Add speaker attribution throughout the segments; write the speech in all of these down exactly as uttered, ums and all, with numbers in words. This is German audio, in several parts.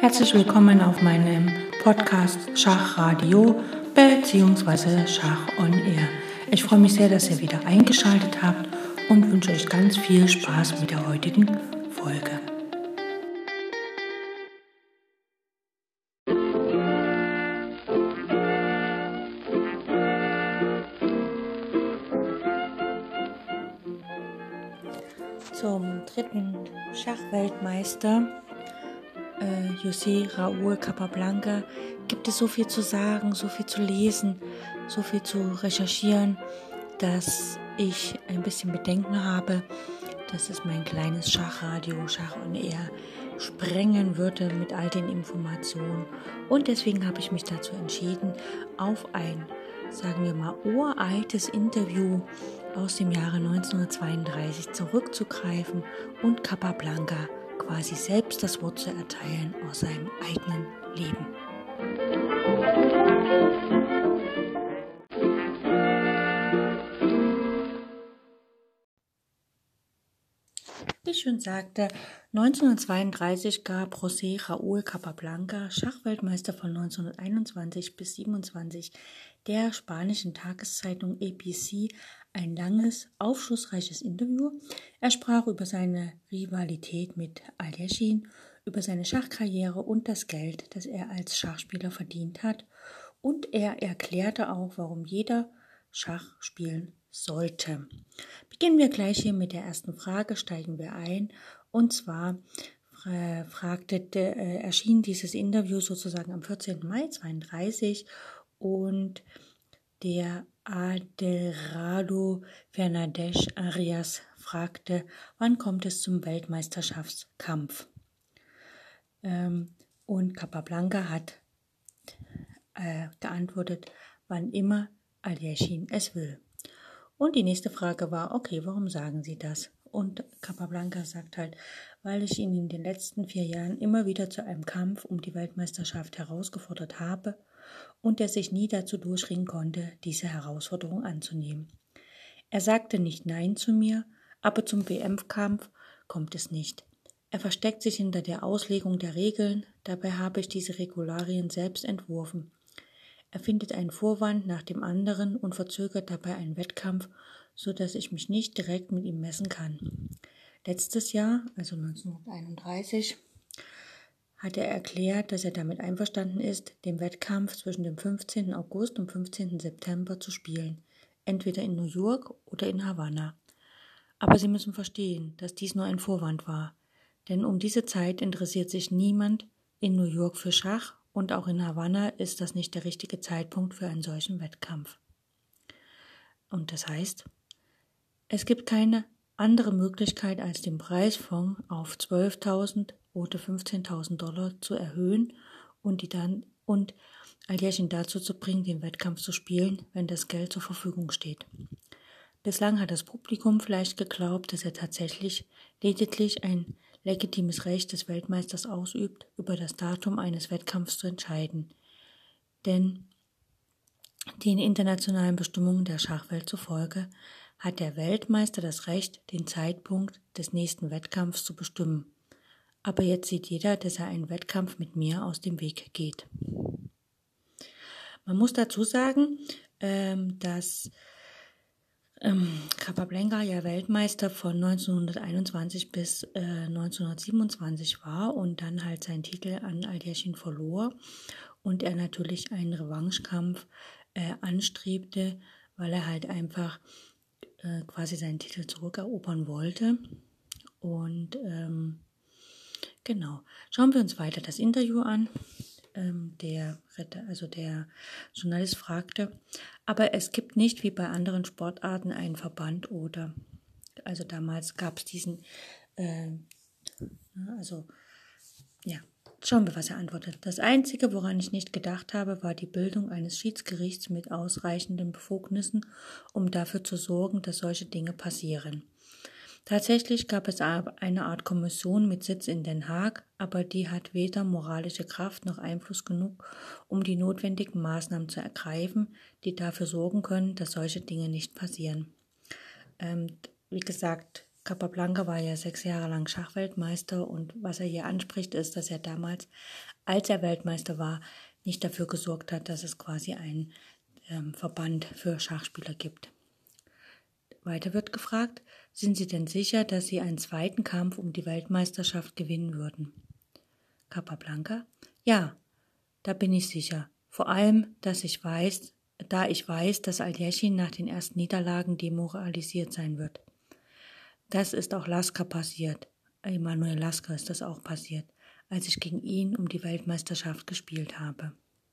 Speaker 1: Herzlich willkommen auf meinem Podcast Schachradio bzw. Schach on Air. Ich freue mich sehr, dass ihr wieder eingeschaltet habt und wünsche euch ganz viel Spaß mit der heutigen Folge. Zum dritten Schachweltmeister äh, José Raúl Capablanca gibt es so viel zu sagen, so viel zu lesen, so viel zu recherchieren, dass ich ein bisschen Bedenken habe, dass es mein kleines Schachradio, Schach on Air, sprengen würde mit all den Informationen. Und deswegen habe ich mich dazu entschieden, auf ein, sagen wir mal, uraltes Interview aus dem Jahre neunzehnhundertzweiunddreißig zurückzugreifen und Capablanca quasi selbst das Wort zu erteilen aus seinem eigenen Leben. Wie ich schon sagte, neunzehnhundertzweiunddreißig gab José Raúl Capablanca, Schachweltmeister von neunzehnhunderteinundzwanzig bis siebenundzwanzig, der spanischen Tageszeitung A B C ein langes, aufschlussreiches Interview. Er sprach über seine Rivalität mit Aljechin, über seine Schachkarriere und das Geld, das er als Schachspieler verdient hat. Und er erklärte auch, warum jeder Schach spielen sollte. Beginnen wir gleich hier mit der ersten Frage, steigen wir ein. Und zwar äh, fragte, äh, erschien dieses Interview sozusagen am vierzehnten Mai zweiunddreißig und der Adelrado Fernandes Arias fragte, wann kommt es zum Weltmeisterschaftskampf? Ähm, und Capablanca hat äh, geantwortet, wann immer Aljechin es will. Und die nächste Frage war, okay, warum sagen Sie das? Und Capablanca sagt halt, weil ich ihn in den letzten vier Jahren immer wieder zu einem Kampf um die Weltmeisterschaft herausgefordert habe und er sich nie dazu durchringen konnte, diese Herausforderung anzunehmen. Er sagte nicht Nein zu mir, aber zum W M-Kampf kommt es nicht. Er versteckt sich hinter der Auslegung der Regeln, dabei habe ich diese Regularien selbst entworfen. Er findet einen Vorwand nach dem anderen und verzögert dabei einen Wettkampf, so dass ich mich nicht direkt mit ihm messen kann. Letztes Jahr, also neunzehnhunderteinunddreißig, hat er erklärt, dass er damit einverstanden ist, den Wettkampf zwischen dem fünfzehnten August und fünfzehnten September zu spielen, entweder in New York oder in Havanna. Aber Sie müssen verstehen, dass dies nur ein Vorwand war, denn um diese Zeit interessiert sich niemand in New York für Schach und auch in Havanna ist das nicht der richtige Zeitpunkt für einen solchen Wettkampf. Und das heißt, es gibt keine andere Möglichkeit, als den Preisfonds auf zwölftausend oder fünfzehntausend Dollar zu erhöhen und die dann und Aljechin dazu zu bringen, den Wettkampf zu spielen, wenn das Geld zur Verfügung steht. Bislang hat das Publikum vielleicht geglaubt, dass er tatsächlich lediglich ein legitimes Recht des Weltmeisters ausübt, über das Datum eines Wettkampfs zu entscheiden. Denn den internationalen Bestimmungen der Schachwelt zufolge hat der Weltmeister das Recht, den Zeitpunkt des nächsten Wettkampfs zu bestimmen. Aber jetzt sieht jeder, dass er einen Wettkampf mit mir aus dem Weg geht. Man muss dazu sagen, dass Capablanca ja Weltmeister von neunzehnhunderteinundzwanzig bis neunzehnhundertsiebenundzwanzig war und dann halt seinen Titel an Aljechin verlor und er natürlich einen Revanchekampf äh, anstrebte, weil er halt einfach äh, quasi seinen Titel zurückerobern wollte. Und ähm, genau, schauen wir uns weiter das Interview an. Ähm, der, also der Journalist fragte, aber es gibt nicht wie bei anderen Sportarten einen Verband oder, also damals gab es diesen, äh, also ja, schauen wir, was er antwortet. Das Einzige, woran ich nicht gedacht habe, war die Bildung eines Schiedsgerichts mit ausreichenden Befugnissen, um dafür zu sorgen, dass solche Dinge passieren. Tatsächlich gab es eine Art Kommission mit Sitz in Den Haag, aber die hat weder moralische Kraft noch Einfluss genug, um die notwendigen Maßnahmen zu ergreifen, die dafür sorgen können, dass solche Dinge nicht passieren. Ähm, wie gesagt, Capablanca war ja sechs Jahre lang Schachweltmeister und was er hier anspricht, ist, dass er damals, als er Weltmeister war, nicht dafür gesorgt hat, dass es quasi einen ähm, Verband für Schachspieler gibt. Weiter wird gefragt, sind Sie denn sicher, dass Sie einen zweiten Kampf um die Weltmeisterschaft gewinnen würden? Capablanca, ja, da bin ich sicher. Vor allem, dass ich weiß, da ich weiß, dass Aljechin nach den ersten Niederlagen demoralisiert sein wird. Das ist auch Lasker passiert. Emanuel Lasker ist das auch passiert, als ich gegen ihn um die Weltmeisterschaft gespielt habe.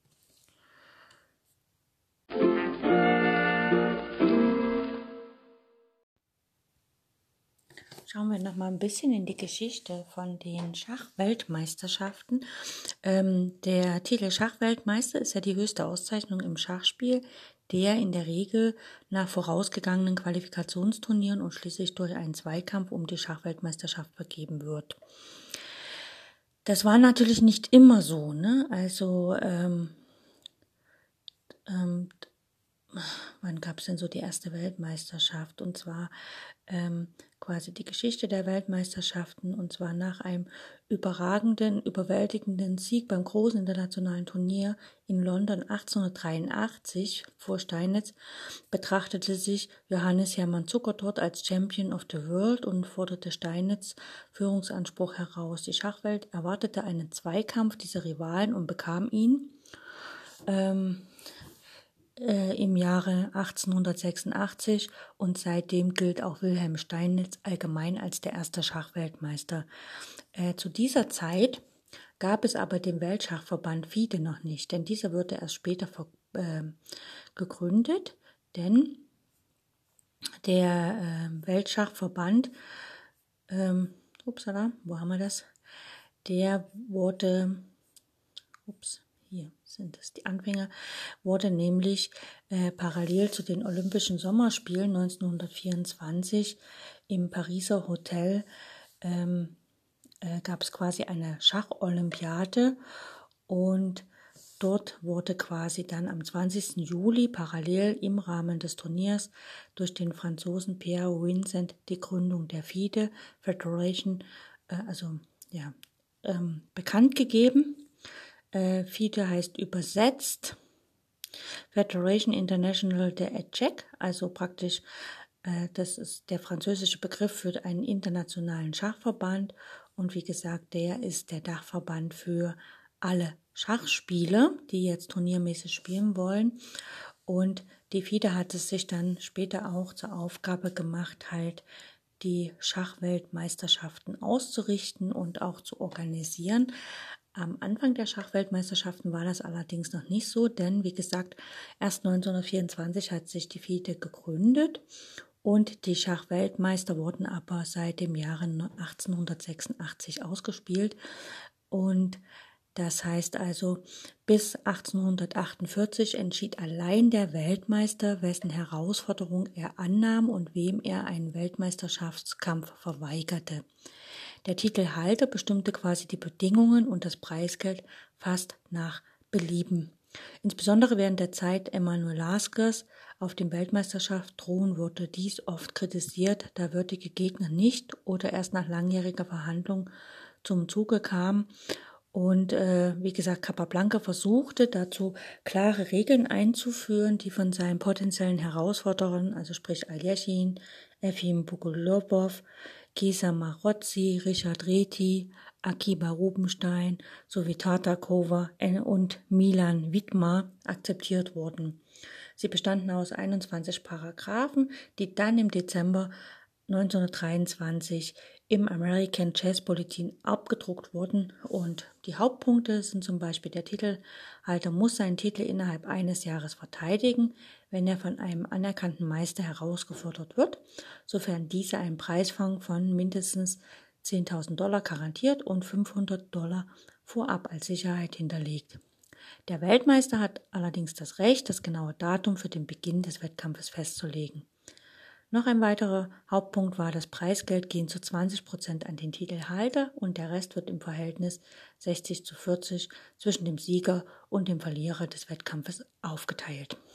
Speaker 1: Schauen wir noch mal ein bisschen in die Geschichte von den Schachweltmeisterschaften. Ähm, der Titel Schachweltmeister ist ja die höchste Auszeichnung im Schachspiel, der in der Regel nach vorausgegangenen Qualifikationsturnieren und schließlich durch einen Zweikampf um die Schachweltmeisterschaft vergeben wird. Das war natürlich nicht immer so, ne? Also ähm, ähm, wann gab es denn so die erste Weltmeisterschaft? Und zwar ähm, quasi die Geschichte der Weltmeisterschaften, und zwar nach einem überragenden, überwältigenden Sieg beim großen internationalen Turnier in London achtzehnhundertdreiundachtzig vor Steinitz, betrachtete sich Johannes Hermann Zukertort als Champion of the World und forderte Steinitz Führungsanspruch heraus. Die Schachwelt erwartete einen Zweikampf dieser Rivalen und bekam ihn. Ähm, im Jahre achtzehnhundertsechsundachtzig, und seitdem gilt auch Wilhelm Steinitz allgemein als der erste Schachweltmeister. Äh, zu dieser Zeit gab es aber den Weltschachverband FIDE noch nicht, denn dieser wurde erst später äh, gegründet, denn der äh, Weltschachverband, ähm, upsala, wo haben wir das? Der wurde, ups, hier sind es die Anfänger, wurde nämlich äh, parallel zu den Olympischen Sommerspielen neunzehnhundertvierundzwanzig im Pariser Hotel ähm, äh, gab es quasi eine Schacholympiade, und dort wurde quasi dann am zwanzigsten Juli parallel im Rahmen des Turniers durch den Franzosen Pierre Vincent die Gründung der FIDE Federation, äh, also ja, ähm, bekannt gegeben. Äh, FIDE heißt übersetzt Fédération Internationale des Échecs, also praktisch, äh, das ist der französische Begriff für einen internationalen Schachverband, und wie gesagt, der ist der Dachverband für alle Schachspieler, die jetzt turniermäßig spielen wollen, und die FIDE hat es sich dann später auch zur Aufgabe gemacht, halt die Schachweltmeisterschaften auszurichten und auch zu organisieren. Am Anfang der Schachweltmeisterschaften war das allerdings noch nicht so, denn wie gesagt, erst neunzehnhundertvierundzwanzig hat sich die FIDE gegründet, und die Schachweltmeister wurden aber seit dem Jahre achtzehnhundertsechsundachtzig ausgespielt, und das heißt also, bis achtzehnhundertachtundvierzig entschied allein der Weltmeister, wessen Herausforderung er annahm und wem er einen Weltmeisterschaftskampf verweigerte. Der Titelhalter bestimmte quasi die Bedingungen und das Preisgeld fast nach Belieben. Insbesondere während der Zeit Emanuel Laskers auf dem Weltmeisterschaftsthron wurde dies oft kritisiert, da würdige Gegner nicht oder erst nach langjähriger Verhandlung zum Zuge kamen. Und äh, wie gesagt, Capablanca versuchte dazu klare Regeln einzuführen, die von seinen potenziellen Herausforderern, also sprich Aljechin, Efim Bogoljubov, Gesa Marozzi, Richard Reti, Akiba Rubenstein sowie Tartakova und Milan Widmar akzeptiert wurden. Sie bestanden aus einundzwanzig Paragraphen, die dann im Dezember neunzehnhundertdreiundzwanzig im American Chess Bulletin abgedruckt wurden, und die Hauptpunkte sind zum Beispiel: Der Titelhalter muss seinen Titel innerhalb eines Jahres verteidigen, wenn er von einem anerkannten Meister herausgefordert wird, sofern dieser einen Preisfang von mindestens zehntausend Dollar garantiert und fünfhundert Dollar vorab als Sicherheit hinterlegt. Der Weltmeister hat allerdings das Recht, das genaue Datum für den Beginn des Wettkampfes festzulegen. Noch ein weiterer Hauptpunkt war, das Preisgeld ging zu zwanzig Prozent an den Titelhalter und der Rest wird im Verhältnis sechzig zu vierzig zwischen dem Sieger und dem Verlierer des Wettkampfes aufgeteilt.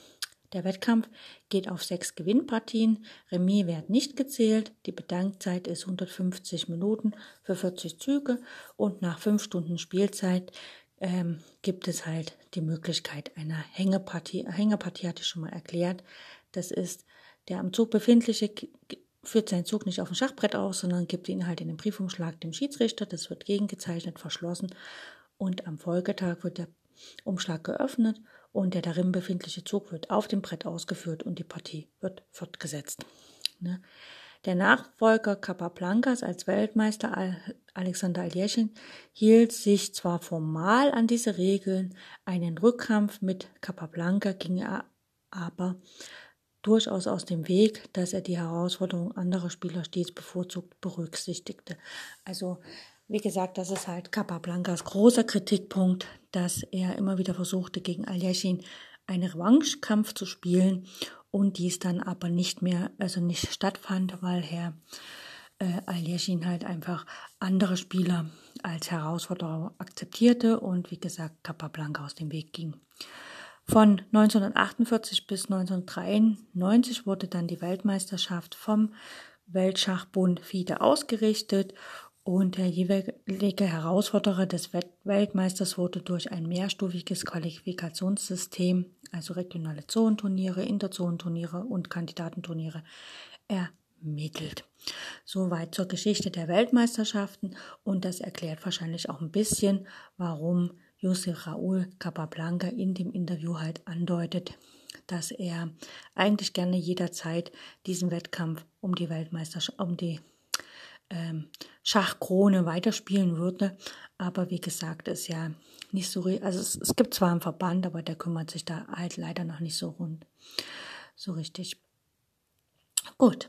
Speaker 1: Der Wettkampf geht auf sechs Gewinnpartien, Remis wird nicht gezählt, die Bedenkzeit ist hundertfünfzig Minuten für vierzig Züge und nach fünf Stunden Spielzeit ähm, gibt es halt die Möglichkeit einer Hängepartie. Hängepartie hatte ich schon mal erklärt, das ist der am Zug befindliche führt seinen Zug nicht auf dem Schachbrett aus, sondern gibt ihn halt in den Briefumschlag dem Schiedsrichter, das wird gegengezeichnet, verschlossen und am Folgetag wird der Umschlag geöffnet und der darin befindliche Zug wird auf dem Brett ausgeführt und die Partie wird fortgesetzt. Ne? Der Nachfolger Capablancas als Weltmeister Alexander Aljechin hielt sich zwar formal an diese Regeln, einen Rückkampf mit Capablanca ging er aber durchaus aus dem Weg, dass er die Herausforderung anderer Spieler stets bevorzugt berücksichtigte. Also wie gesagt, das ist halt Capablancas großer Kritikpunkt, dass er immer wieder versuchte, gegen Aljechin einen Revanchekampf zu spielen und dies dann aber nicht mehr, also nicht stattfand, weil Herr äh, Aljechin halt einfach andere Spieler als Herausforderer akzeptierte und wie gesagt Capablanca aus dem Weg ging. Von neunzehnhundertachtundvierzig bis neunzehnhundertdreiundneunzig wurde dann die Weltmeisterschaft vom Weltschachbund F I D E ausgerichtet und der jeweilige Herausforderer des Weltmeisters wurde durch ein mehrstufiges Qualifikationssystem, also regionale Zonenturniere, Interzonenturniere und Kandidatenturniere, ermittelt. Soweit zur Geschichte der Weltmeisterschaften und das erklärt wahrscheinlich auch ein bisschen, warum José Raúl Capablanca in dem Interview halt andeutet, dass er eigentlich gerne jederzeit diesen Wettkampf um die Weltmeisterschaft, um die ähm, Schachkrone weiterspielen würde. Aber wie gesagt, ist ja nicht so, also es, es gibt zwar einen Verband, aber der kümmert sich da halt leider noch nicht so rund, so richtig. Gut.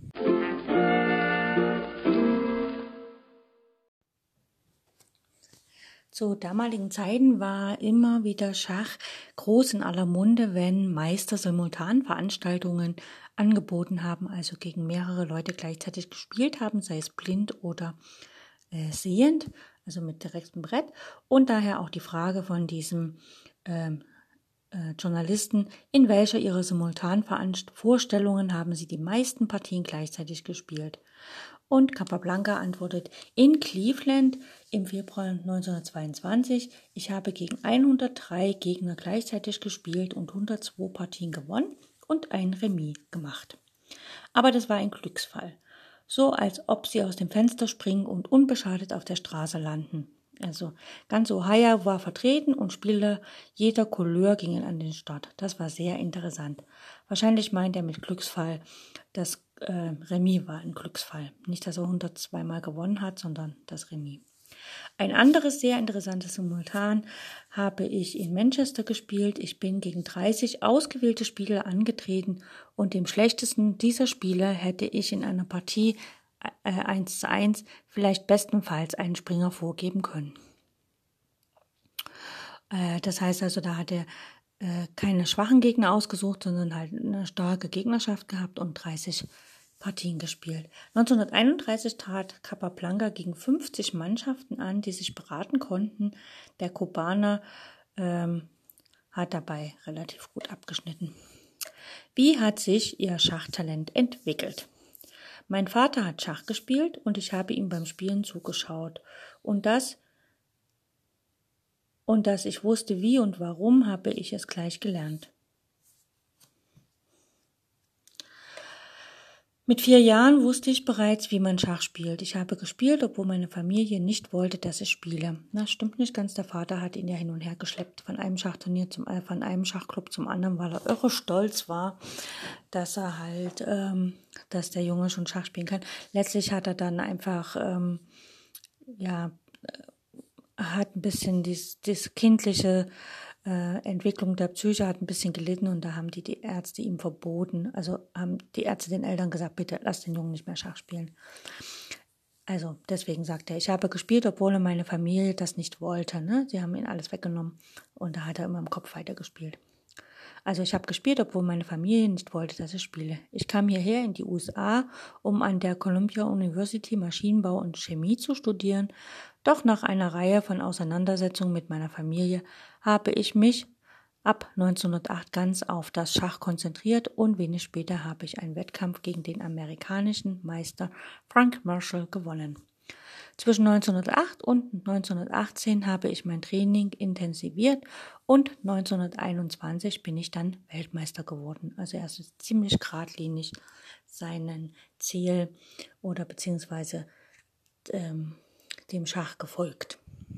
Speaker 1: Zu damaligen Zeiten war immer wieder Schach groß in aller Munde, wenn Meister Simultanveranstaltungen angeboten haben, also gegen mehrere Leute gleichzeitig gespielt haben, sei es blind oder äh, sehend, also mit direktem Brett. Und daher auch die Frage von diesem ähm, äh, Journalisten, in welcher ihrer Simultanvorstellungen haben sie die meisten Partien gleichzeitig gespielt? Und Capablanca antwortet, in Cleveland im Februar neunzehnhundertzweiundzwanzig, ich habe gegen hundertdrei Gegner gleichzeitig gespielt und hundertzwei Partien gewonnen und ein Remis gemacht. Aber das war ein Glücksfall, so als ob sie aus dem Fenster springen und unbeschadet auf der Straße landen. Also ganz Ohio war vertreten und Spieler jeder Couleur gingen an den Start. Das war sehr interessant. Wahrscheinlich meint er mit Glücksfall, dass äh, Remis war ein Glücksfall. Nicht, dass er hundertzwei Mal gewonnen hat, sondern das Remis. Ein anderes sehr interessantes Simultan habe ich in Manchester gespielt. Ich bin gegen dreißig ausgewählte Spieler angetreten und dem schlechtesten dieser Spieler hätte ich in einer Partie äh, eins zu eins vielleicht bestenfalls einen Springer vorgeben können. Äh, das heißt also, da hat er äh, keine schwachen Gegner ausgesucht, sondern halt eine starke Gegnerschaft gehabt und dreißig Partien gespielt. neunzehnhunderteinunddreißig trat Capablanca gegen fünfzig Mannschaften an, die sich beraten konnten. Der Kubaner ähm, hat dabei relativ gut abgeschnitten. Wie hat sich Ihr Schachtalent entwickelt? Mein Vater hat Schach gespielt und ich habe ihm beim Spielen zugeschaut. Und das, und dass ich wusste, wie und warum, habe ich es gleich gelernt. Mit vier Jahren wusste ich bereits, wie man Schach spielt. Ich habe gespielt, obwohl meine Familie nicht wollte, dass ich spiele. Das stimmt nicht ganz. Der Vater hat ihn ja hin und her geschleppt von einem Schachturnier zum äh, von einem Schachclub zum anderen, weil er irre stolz war, dass er halt, ähm, dass der Junge schon Schach spielen kann. Letztlich hat er dann einfach, ähm, ja, hat ein bisschen dies, dies kindliche Äh, Entwicklung der Psyche hat ein bisschen gelitten und da haben die, die Ärzte ihm verboten, also haben die Ärzte den Eltern gesagt, bitte lass den Jungen nicht mehr Schach spielen. Also deswegen sagt er, ich habe gespielt, obwohl meine Familie das nicht wollte. Ne? Sie haben ihn alles weggenommen und da hat er immer im Kopf weitergespielt. Also ich habe gespielt, obwohl meine Familie nicht wollte, dass ich spiele. Ich kam hierher in die U S A, um an der Columbia University Maschinenbau und Chemie zu studieren. Doch nach einer Reihe von Auseinandersetzungen mit meiner Familie habe ich mich ab neunzehnhundertacht ganz auf das Schach konzentriert und wenig später habe ich einen Wettkampf gegen den amerikanischen Meister Frank Marshall gewonnen. Zwischen neunzehnhundertacht und neunzehnhundertachtzehn habe ich mein Training intensiviert und neunzehnhunderteinundzwanzig bin ich dann Weltmeister geworden. Also er ist ziemlich geradlinig seinen Ziel oder beziehungsweise ähm, dem Schach gefolgt.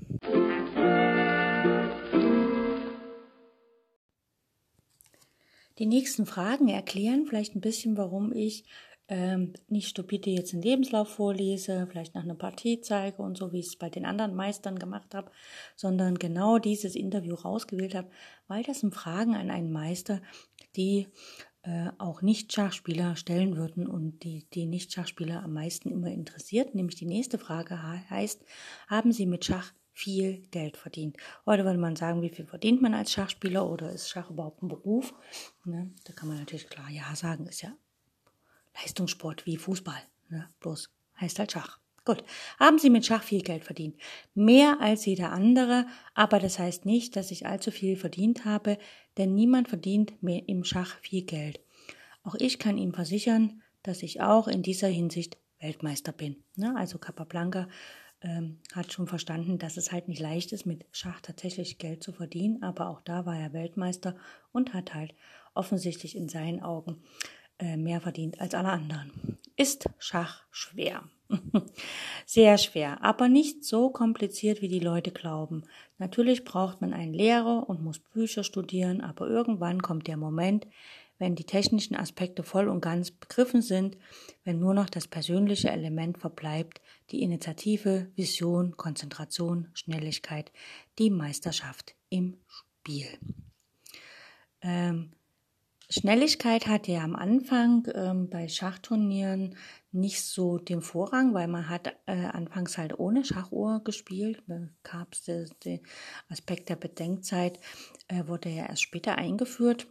Speaker 1: Die nächsten Fragen erklären vielleicht ein bisschen, warum ich ähm, nicht stupide jetzt einen Lebenslauf vorlese, vielleicht nach einer Partie zeige und so, wie ich es bei den anderen Meistern gemacht habe, sondern genau dieses Interview rausgewählt habe, weil das sind Fragen an einen Meister, die äh, auch Nicht-Schachspieler stellen würden und die die Nicht-Schachspieler am meisten immer interessiert. Nämlich die nächste Frage heißt, haben Sie mit Schach viel Geld verdient? Heute würde man sagen, wie viel verdient man als Schachspieler oder ist Schach überhaupt ein Beruf? Ne? Da kann man natürlich klar ja sagen, ist ja Leistungssport wie Fußball, ne? Bloß heißt halt Schach. Gut, haben Sie mit Schach viel Geld verdient? Mehr als jeder andere, aber das heißt nicht, dass ich allzu viel verdient habe, denn niemand verdient mehr im Schach viel Geld. Auch ich kann Ihnen versichern, dass ich auch in dieser Hinsicht Weltmeister bin. Ne? Also Capablanca ähm, hat schon verstanden, dass es halt nicht leicht ist, mit Schach tatsächlich Geld zu verdienen, aber auch da war er Weltmeister und hat halt offensichtlich in seinen Augen äh, mehr verdient als alle anderen. Ist Schach schwer? Sehr schwer, aber nicht so kompliziert, wie die Leute glauben. Natürlich braucht man einen Lehrer und muss Bücher studieren, aber irgendwann kommt der Moment, wenn die technischen Aspekte voll und ganz begriffen sind, wenn nur noch das persönliche Element verbleibt, die Initiative, Vision, Konzentration, Schnelligkeit, die Meisterschaft im Spiel. Ähm, Schnelligkeit hatte ja am Anfang ähm, bei Schachturnieren nicht so den Vorrang, weil man hat äh, anfangs halt ohne Schachuhr gespielt. Da gab es den de Aspekt der Bedenkzeit, äh, wurde ja erst später eingeführt.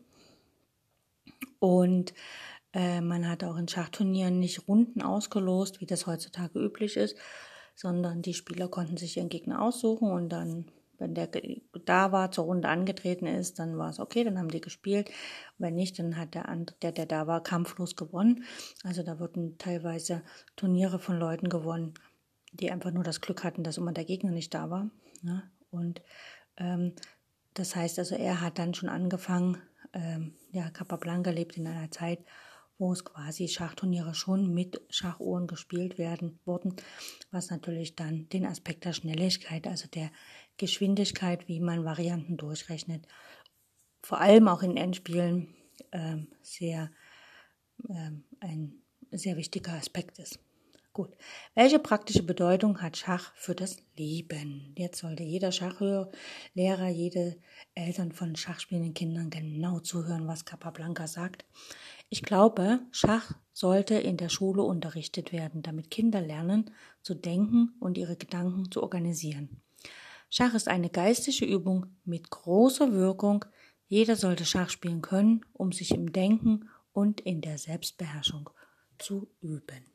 Speaker 1: Und äh, man hat auch in Schachturnieren nicht Runden ausgelost, wie das heutzutage üblich ist, sondern die Spieler konnten sich ihren Gegner aussuchen und dann, wenn der da war, zur Runde angetreten ist, dann war es okay, dann haben die gespielt. Wenn nicht, dann hat der, andere, der, der da war, kampflos gewonnen. Also da wurden teilweise Turniere von Leuten gewonnen, die einfach nur das Glück hatten, dass immer der Gegner nicht da war. Ne? Und ähm, das heißt also, er hat dann schon angefangen, ähm, ja, Capablanca lebt in einer Zeit, wo es quasi Schachturniere schon mit Schachuhren gespielt werden wurden, was natürlich dann den Aspekt der Schnelligkeit, also der Geschwindigkeit, wie man Varianten durchrechnet, vor allem auch in Endspielen ähm, sehr ähm, ein sehr wichtiger Aspekt ist. Gut, welche praktische Bedeutung hat Schach für das Leben? Jetzt sollte jeder Schachlehrer, jede Eltern von schachspielenden Kindern genau zuhören, was Capablanca sagt. Ich glaube, Schach sollte in der Schule unterrichtet werden, damit Kinder lernen, zu denken und ihre Gedanken zu organisieren. Schach ist eine geistige Übung mit großer Wirkung. Jeder sollte Schach spielen können, um sich im Denken und in der Selbstbeherrschung zu üben.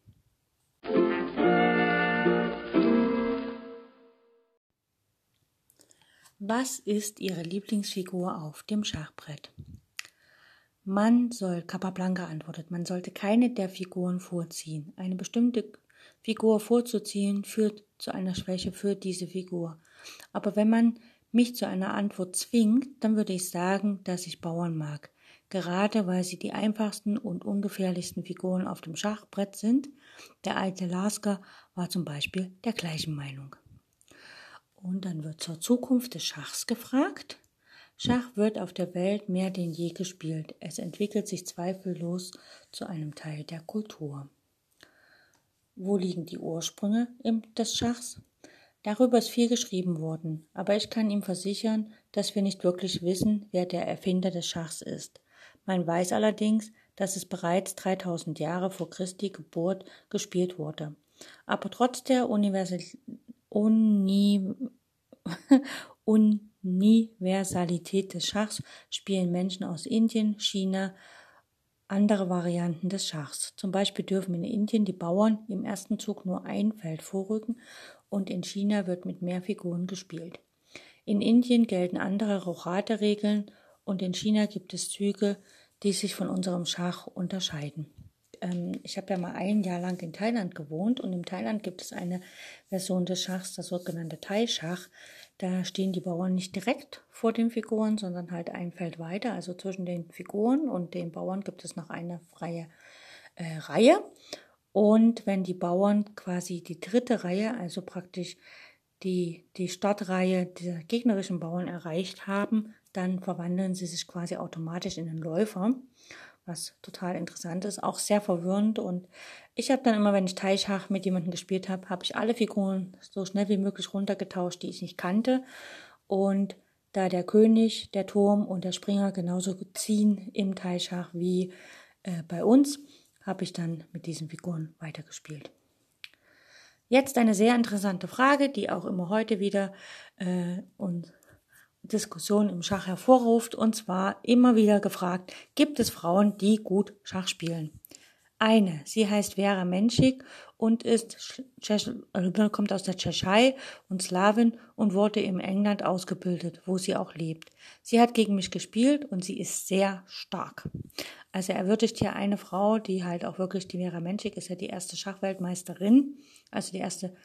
Speaker 1: Was ist Ihre Lieblingsfigur auf dem Schachbrett? Man soll, Capablanca antwortet, man sollte keine der Figuren vorziehen. Eine bestimmte Figur vorzuziehen führt zu einer Schwäche für diese Figur. Aber wenn man mich zu einer Antwort zwingt, dann würde ich sagen, dass ich Bauern mag. Gerade weil sie die einfachsten und ungefährlichsten Figuren auf dem Schachbrett sind. Der alte Lasker war zum Beispiel der gleichen Meinung. Und dann wird zur Zukunft des Schachs gefragt. Schach wird auf der Welt mehr denn je gespielt. Es entwickelt sich zweifellos zu einem Teil der Kultur. Wo liegen die Ursprünge des Schachs? Darüber ist viel geschrieben worden, aber ich kann ihm versichern, dass wir nicht wirklich wissen, wer der Erfinder des Schachs ist. Man weiß allerdings, dass es bereits dreitausend Jahre vor Christi Geburt gespielt wurde. Aber trotz der Universal- Uni Universalität des Schachs spielen Menschen aus Indien, China andere Varianten des Schachs. Zum Beispiel dürfen in Indien die Bauern im ersten Zug nur ein Feld vorrücken und in China wird mit mehr Figuren gespielt. In Indien gelten andere Rochade-Regeln und in China gibt es Züge, die sich von unserem Schach unterscheiden. Ähm, ich habe ja mal ein Jahr lang in Thailand gewohnt und in Thailand gibt es eine Version des Schachs, das sogenannte Thai-Schach. Da stehen die Bauern nicht direkt vor den Figuren, sondern halt ein Feld weiter. Also zwischen den Figuren und den Bauern gibt es noch eine freie äh, Reihe. Und wenn die Bauern quasi die dritte Reihe, also praktisch die, die Startreihe der gegnerischen Bauern erreicht haben, dann verwandeln sie sich quasi automatisch in den Läufer, was total interessant ist, auch sehr verwirrend. Und ich habe dann immer, wenn ich Thai-Schach mit jemandem gespielt habe, habe ich alle Figuren so schnell wie möglich runtergetauscht, die ich nicht kannte. Und da der König, der Turm und der Springer genauso ziehen im Thai-Schach wie äh, bei uns, habe ich dann mit diesen Figuren weitergespielt. Jetzt eine sehr interessante Frage, die auch immer heute wieder äh, und Diskussion im Schach hervorruft, und zwar immer wieder gefragt, gibt es Frauen, die gut Schach spielen? Eine, sie heißt Vera Menschik und ist also kommt aus der Tschechei und Slawin und wurde in England ausgebildet, wo sie auch lebt. Sie hat gegen mich gespielt und sie ist sehr stark. Also erwürdigt hier eine Frau, die halt auch wirklich, die Vera Menschik ist ja die erste Schachweltmeisterin, also die erste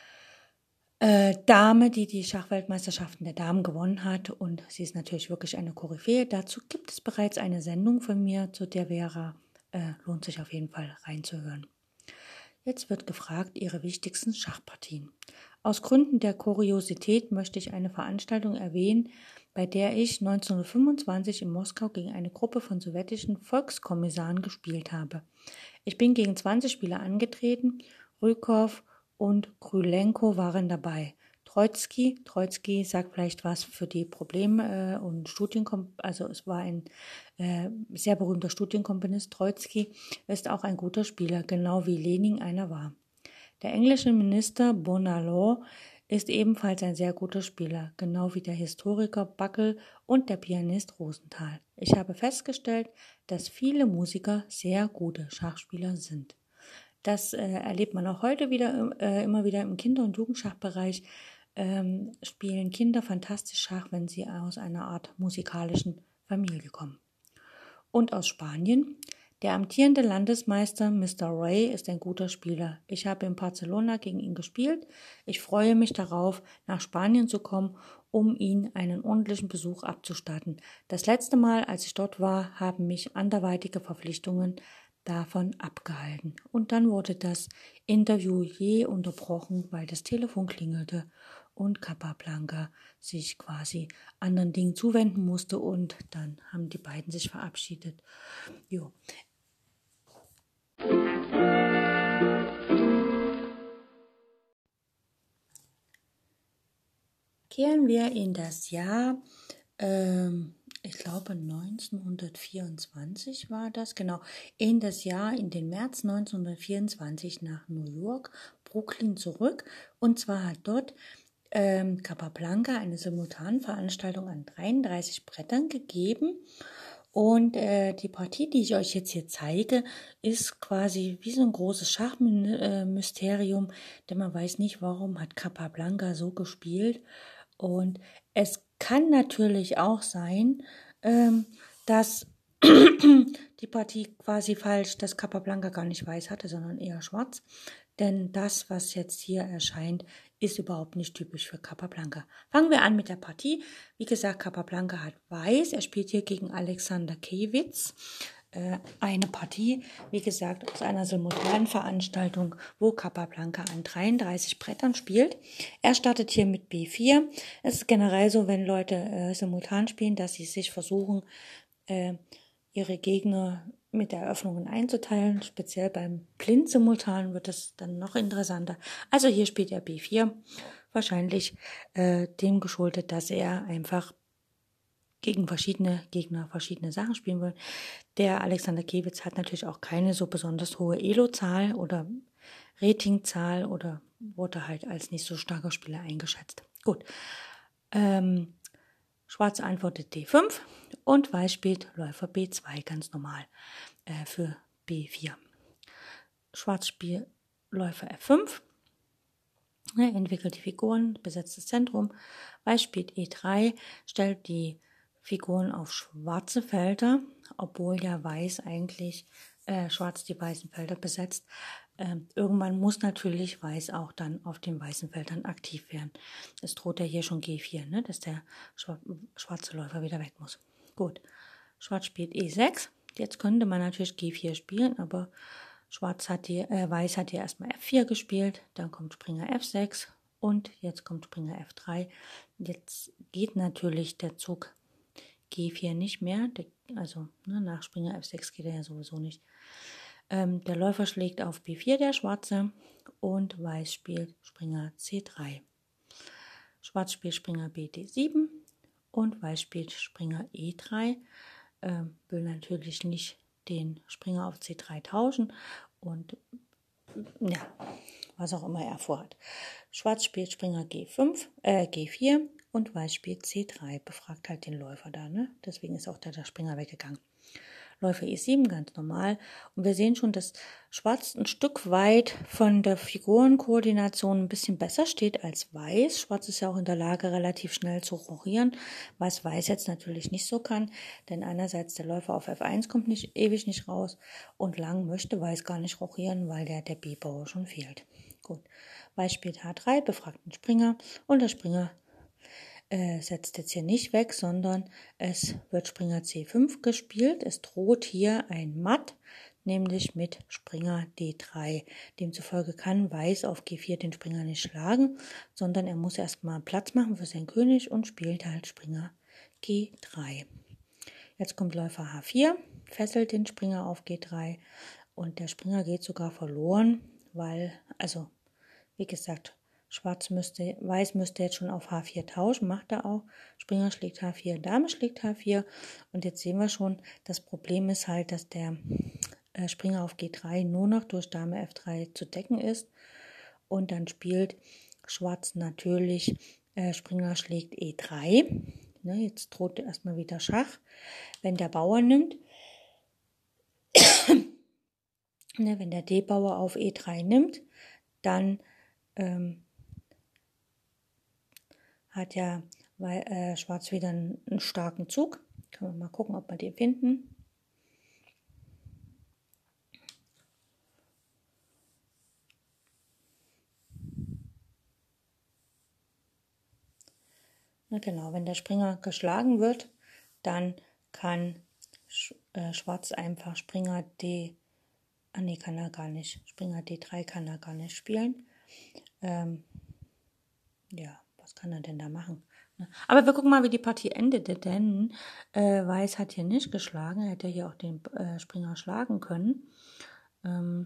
Speaker 1: äh, Dame, die die Schachweltmeisterschaften der Damen gewonnen hat, und sie ist natürlich wirklich eine Koryphäe. Dazu gibt es bereits eine Sendung von mir, zu der Vera äh, lohnt sich auf jeden Fall reinzuhören. Jetzt wird gefragt, ihre wichtigsten Schachpartien. Aus Gründen der Kuriosität möchte ich eine Veranstaltung erwähnen, bei der ich neunzehnhundertfünfundzwanzig in Moskau gegen eine Gruppe von sowjetischen Volkskommissaren gespielt habe. Ich bin gegen zwanzig Spieler angetreten, Rykov und Krylenko waren dabei. Troizki, Troizki sagt vielleicht was für die Probleme äh, und Studienkom, also es war ein äh, sehr berühmter Studienkomponist. Troizki ist auch ein guter Spieler, genau wie Lenin einer war. Der englische Minister Bonar ist ebenfalls ein sehr guter Spieler, genau wie der Historiker Buckle und der Pianist Rosenthal. Ich habe festgestellt, dass viele Musiker sehr gute Schachspieler sind. Das äh, erlebt man auch heute wieder äh, immer wieder im Kinder- und Jugendschachbereich. Ähm, spielen Kinder fantastisch Schach, wenn sie aus einer Art musikalischen Familie kommen. Und aus Spanien. Der amtierende Landesmeister Mister Ray ist ein guter Spieler. Ich habe in Barcelona gegen ihn gespielt. Ich freue mich darauf, nach Spanien zu kommen, um ihn einen ordentlichen Besuch abzustatten. Das letzte Mal, als ich dort war, haben mich anderweitige Verpflichtungen davon abgehalten. Und dann wurde das Interview je unterbrochen, weil das Telefon klingelte und Capablanca sich quasi anderen Dingen zuwenden musste, und dann haben die beiden sich verabschiedet. Jo. Kehren wir in das Jahr, ähm, ich glaube neunzehnhundertvierundzwanzig war das, genau, in das Jahr, in den März neunzehnhundertvierundzwanzig nach New York, Brooklyn zurück, und zwar hat dort ähm, Capablanca eine Simultanveranstaltung an dreiunddreißig Brettern gegeben. Und äh, die Partie, die ich euch jetzt hier zeige, ist quasi wie so ein großes Schachmysterium, denn man weiß nicht, warum hat Capablanca so gespielt. Und es kann natürlich auch sein, ähm, dass die Partie quasi falsch, dass Capablanca gar nicht weiß hatte, sondern eher schwarz. Denn das, was jetzt hier erscheint, ist überhaupt nicht typisch für Capablanca. Fangen wir an mit der Partie. Wie gesagt, Capablanca hat weiß. Er spielt hier gegen Alexander Kewitz. Äh, eine Partie, wie gesagt, aus einer simultanen Veranstaltung, wo Capablanca an dreiunddreißig Brettern spielt. Er startet hier mit B vier. Es ist generell so, wenn Leute äh, simultan spielen, dass sie sich versuchen, äh, ihre Gegner mit Eröffnungen einzuteilen. Speziell beim Blind-Simultan wird es dann noch interessanter. Also hier spielt er B vier, wahrscheinlich äh, dem geschuldet, dass er einfach gegen verschiedene Gegner verschiedene Sachen spielen will. Der Alexander Kewitz hat natürlich auch keine so besonders hohe Elo-Zahl oder Ratingzahl oder wurde halt als nicht so starker Spieler eingeschätzt. Gut. Ähm, Schwarz antwortet D fünf und Weiß spielt Läufer B zwei, ganz normal äh, für B vier. Schwarz spielt Läufer F fünf, ne, entwickelt die Figuren, besetzt das Zentrum. Weiß spielt E drei, stellt die Figuren auf schwarze Felder, obwohl ja Weiß eigentlich äh, Schwarz die weißen Felder besetzt. Ähm, irgendwann muss natürlich Weiß auch dann auf den weißen Feldern aktiv werden. Es droht ja hier schon G vier, ne, dass der schwarze Läufer wieder weg muss. Gut, Schwarz spielt E sechs. Jetzt könnte man natürlich G vier spielen, aber Schwarz hat hier, äh, Weiß hat hier erstmal F vier gespielt, dann kommt Springer F sechs und jetzt kommt Springer F drei. Jetzt geht natürlich der Zug G vier nicht mehr, der, also ne, nach Springer F sechs geht er ja sowieso nicht. Ähm, der Läufer schlägt auf B vier, der Schwarze, und Weiß spielt Springer C drei. Schwarz spielt Springer B D sieben und Weiß spielt Springer E drei. Ähm, will natürlich nicht den Springer auf C drei tauschen und ja, was auch immer er vorhat. Schwarz spielt Springer G fünf, äh, G vier und Weiß spielt C drei, befragt halt den Läufer da, ne? Deswegen ist auch da der Springer weggegangen. Läufer E sieben, ganz normal. Und wir sehen schon, dass Schwarz ein Stück weit von der Figurenkoordination ein bisschen besser steht als Weiß. Schwarz ist ja auch in der Lage, relativ schnell zu rochieren, was Weiß jetzt natürlich nicht so kann. Denn einerseits der Läufer auf F eins kommt nicht ewig nicht raus und lang möchte Weiß gar nicht rochieren, weil der, der B-Bauer schon fehlt. Gut, Weiß spielt H drei, befragt den Springer und der Springer Äh, setzt jetzt hier nicht weg, sondern es wird Springer C fünf gespielt. Es droht hier ein Matt, nämlich mit Springer D drei. Demzufolge kann Weiß auf G vier den Springer nicht schlagen, sondern er muss erstmal Platz machen für seinen König und spielt halt Springer G drei. Jetzt kommt Läufer H vier, fesselt den Springer auf G drei und der Springer geht sogar verloren, weil, also wie gesagt, Schwarz müsste, Weiß müsste jetzt schon auf H vier tauschen, macht er auch. Springer schlägt H vier, Dame schlägt H vier. Und jetzt sehen wir schon, das Problem ist halt, dass der äh, Springer auf G drei nur noch durch Dame F drei zu decken ist. Und dann spielt Schwarz natürlich, äh, Springer schlägt E drei. Ne, jetzt droht erstmal wieder Schach. Wenn der Bauer nimmt, ne, wenn der D-Bauer auf E drei nimmt, dann ähm, hat ja weil, äh, Schwarz wieder einen, einen starken Zug. Können wir mal gucken, ob wir den finden. Na genau, wenn der Springer geschlagen wird, dann kann Sch äh, Schwarz einfach Springer D, ah nee, kann er gar nicht, Springer D drei kann er gar nicht spielen. Ähm, ja, was kann er denn da machen? Aber wir gucken mal, wie die Partie endete, denn äh, Weiß hat hier nicht geschlagen, er hätte hier auch den äh, Springer schlagen können. Ähm,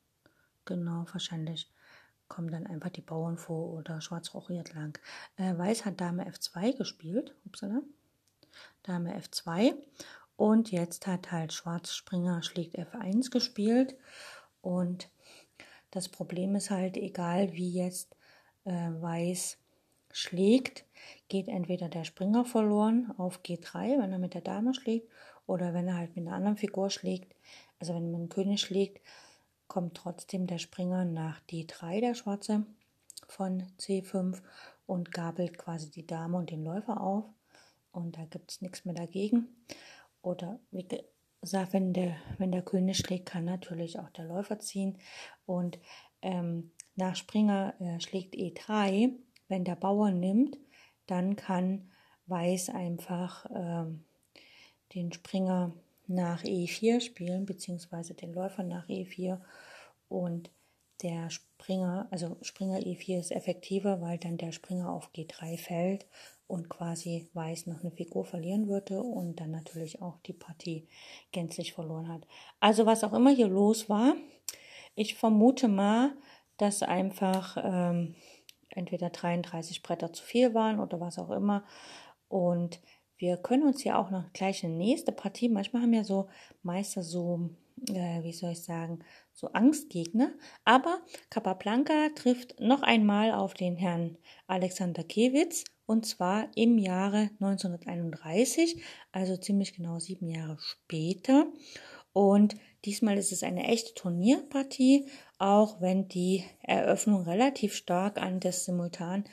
Speaker 1: genau, wahrscheinlich kommen dann einfach die Bauern vor oder Schwarz rochiert lang. Äh, Weiß hat Dame F zwei gespielt, upsala, Dame F zwei und jetzt hat halt Schwarz Springer schlägt F eins gespielt und das Problem ist halt, egal wie jetzt äh, Weiß schlägt, geht entweder der Springer verloren auf G drei, wenn er mit der Dame schlägt, oder wenn er halt mit einer anderen Figur schlägt, also wenn man einen König schlägt, kommt trotzdem der Springer nach D drei, der Schwarze, von C fünf und gabelt quasi die Dame und den Läufer auf und da gibt es nichts mehr dagegen. Oder wie gesagt, wenn der, wenn der König schlägt, kann natürlich auch der Läufer ziehen und ähm, nach Springer äh, schlägt E drei. Wenn der Bauer nimmt, dann kann Weiß einfach ähm, den Springer nach E vier spielen, beziehungsweise den Läufer nach E vier und der Springer, also Springer E vier ist effektiver, weil dann der Springer auf G drei fällt und quasi Weiß noch eine Figur verlieren würde und dann natürlich auch die Partie gänzlich verloren hat. Also was auch immer hier los war, ich vermute mal, dass einfach ähm, entweder dreiunddreißig Bretter zu viel waren oder was auch immer. Und wir können uns ja auch noch gleich eine nächste Partie, manchmal haben ja so Meister so, äh, wie soll ich sagen, so Angstgegner. Aber Capablanca trifft noch einmal auf den Herrn Alexander Kewitz und zwar im Jahre neunzehnhunderteinunddreißig, also ziemlich genau sieben Jahre später. Und diesmal ist es eine echte Turnierpartie, auch wenn die Eröffnung relativ stark an das Simultan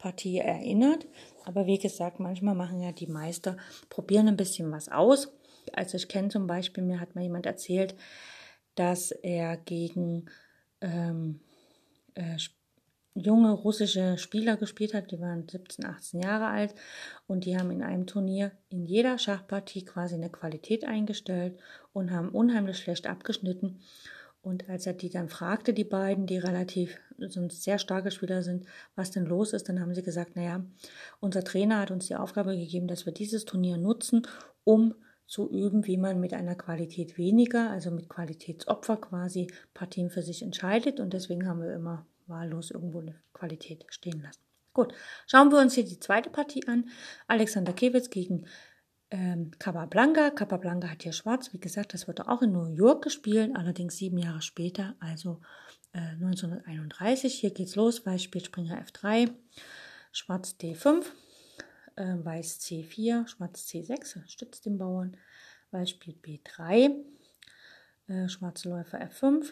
Speaker 1: Schachpartie erinnert. Aber wie gesagt, manchmal machen ja die Meister, probieren ein bisschen was aus. Also ich kenne zum Beispiel, mir hat mal jemand erzählt, dass er gegen ähm, äh, junge russische Spieler gespielt hat, die waren siebzehn, achtzehn Jahre alt und die haben in einem Turnier in jeder Schachpartie quasi eine Qualität eingestellt und haben unheimlich schlecht abgeschnitten. Und als er die dann fragte, die beiden, die relativ sonst sehr starke Spieler sind, was denn los ist, dann haben sie gesagt, naja, unser Trainer hat uns die Aufgabe gegeben, dass wir dieses Turnier nutzen, um zu üben, wie man mit einer Qualität weniger, also mit Qualitätsopfer quasi Partien für sich entscheidet. Und deswegen haben wir immer wahllos irgendwo eine Qualität stehen lassen. Gut, schauen wir uns hier die zweite Partie an. Alexander Kewitz gegen ähm, Capablanca. Capablanca hat hier schwarz. Wie gesagt, das wurde auch in New York gespielt, allerdings sieben Jahre später, also äh, neunzehnhunderteinunddreißig. Hier geht's los. Weiß spielt Springer F drei, Schwarz D fünf, äh, Weiß C vier, Schwarz C sechs, stützt den Bauern. Weiß spielt B drei, äh, Schwarze Läufer F fünf,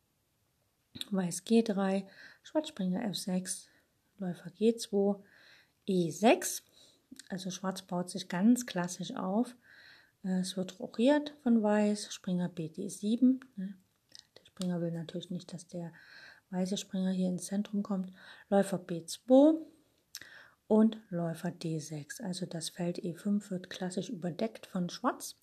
Speaker 1: Weiß G drei, Schwarz Springer F sechs, Läufer G zwei, E sechs. Also Schwarz baut sich ganz klassisch auf. Es wird rochiert von Weiß, Springer B D sieben. Der Springer will natürlich nicht, dass der weiße Springer hier ins Zentrum kommt. Läufer B zwei und Läufer D sechs. Also das Feld E fünf wird klassisch überdeckt von Schwarz.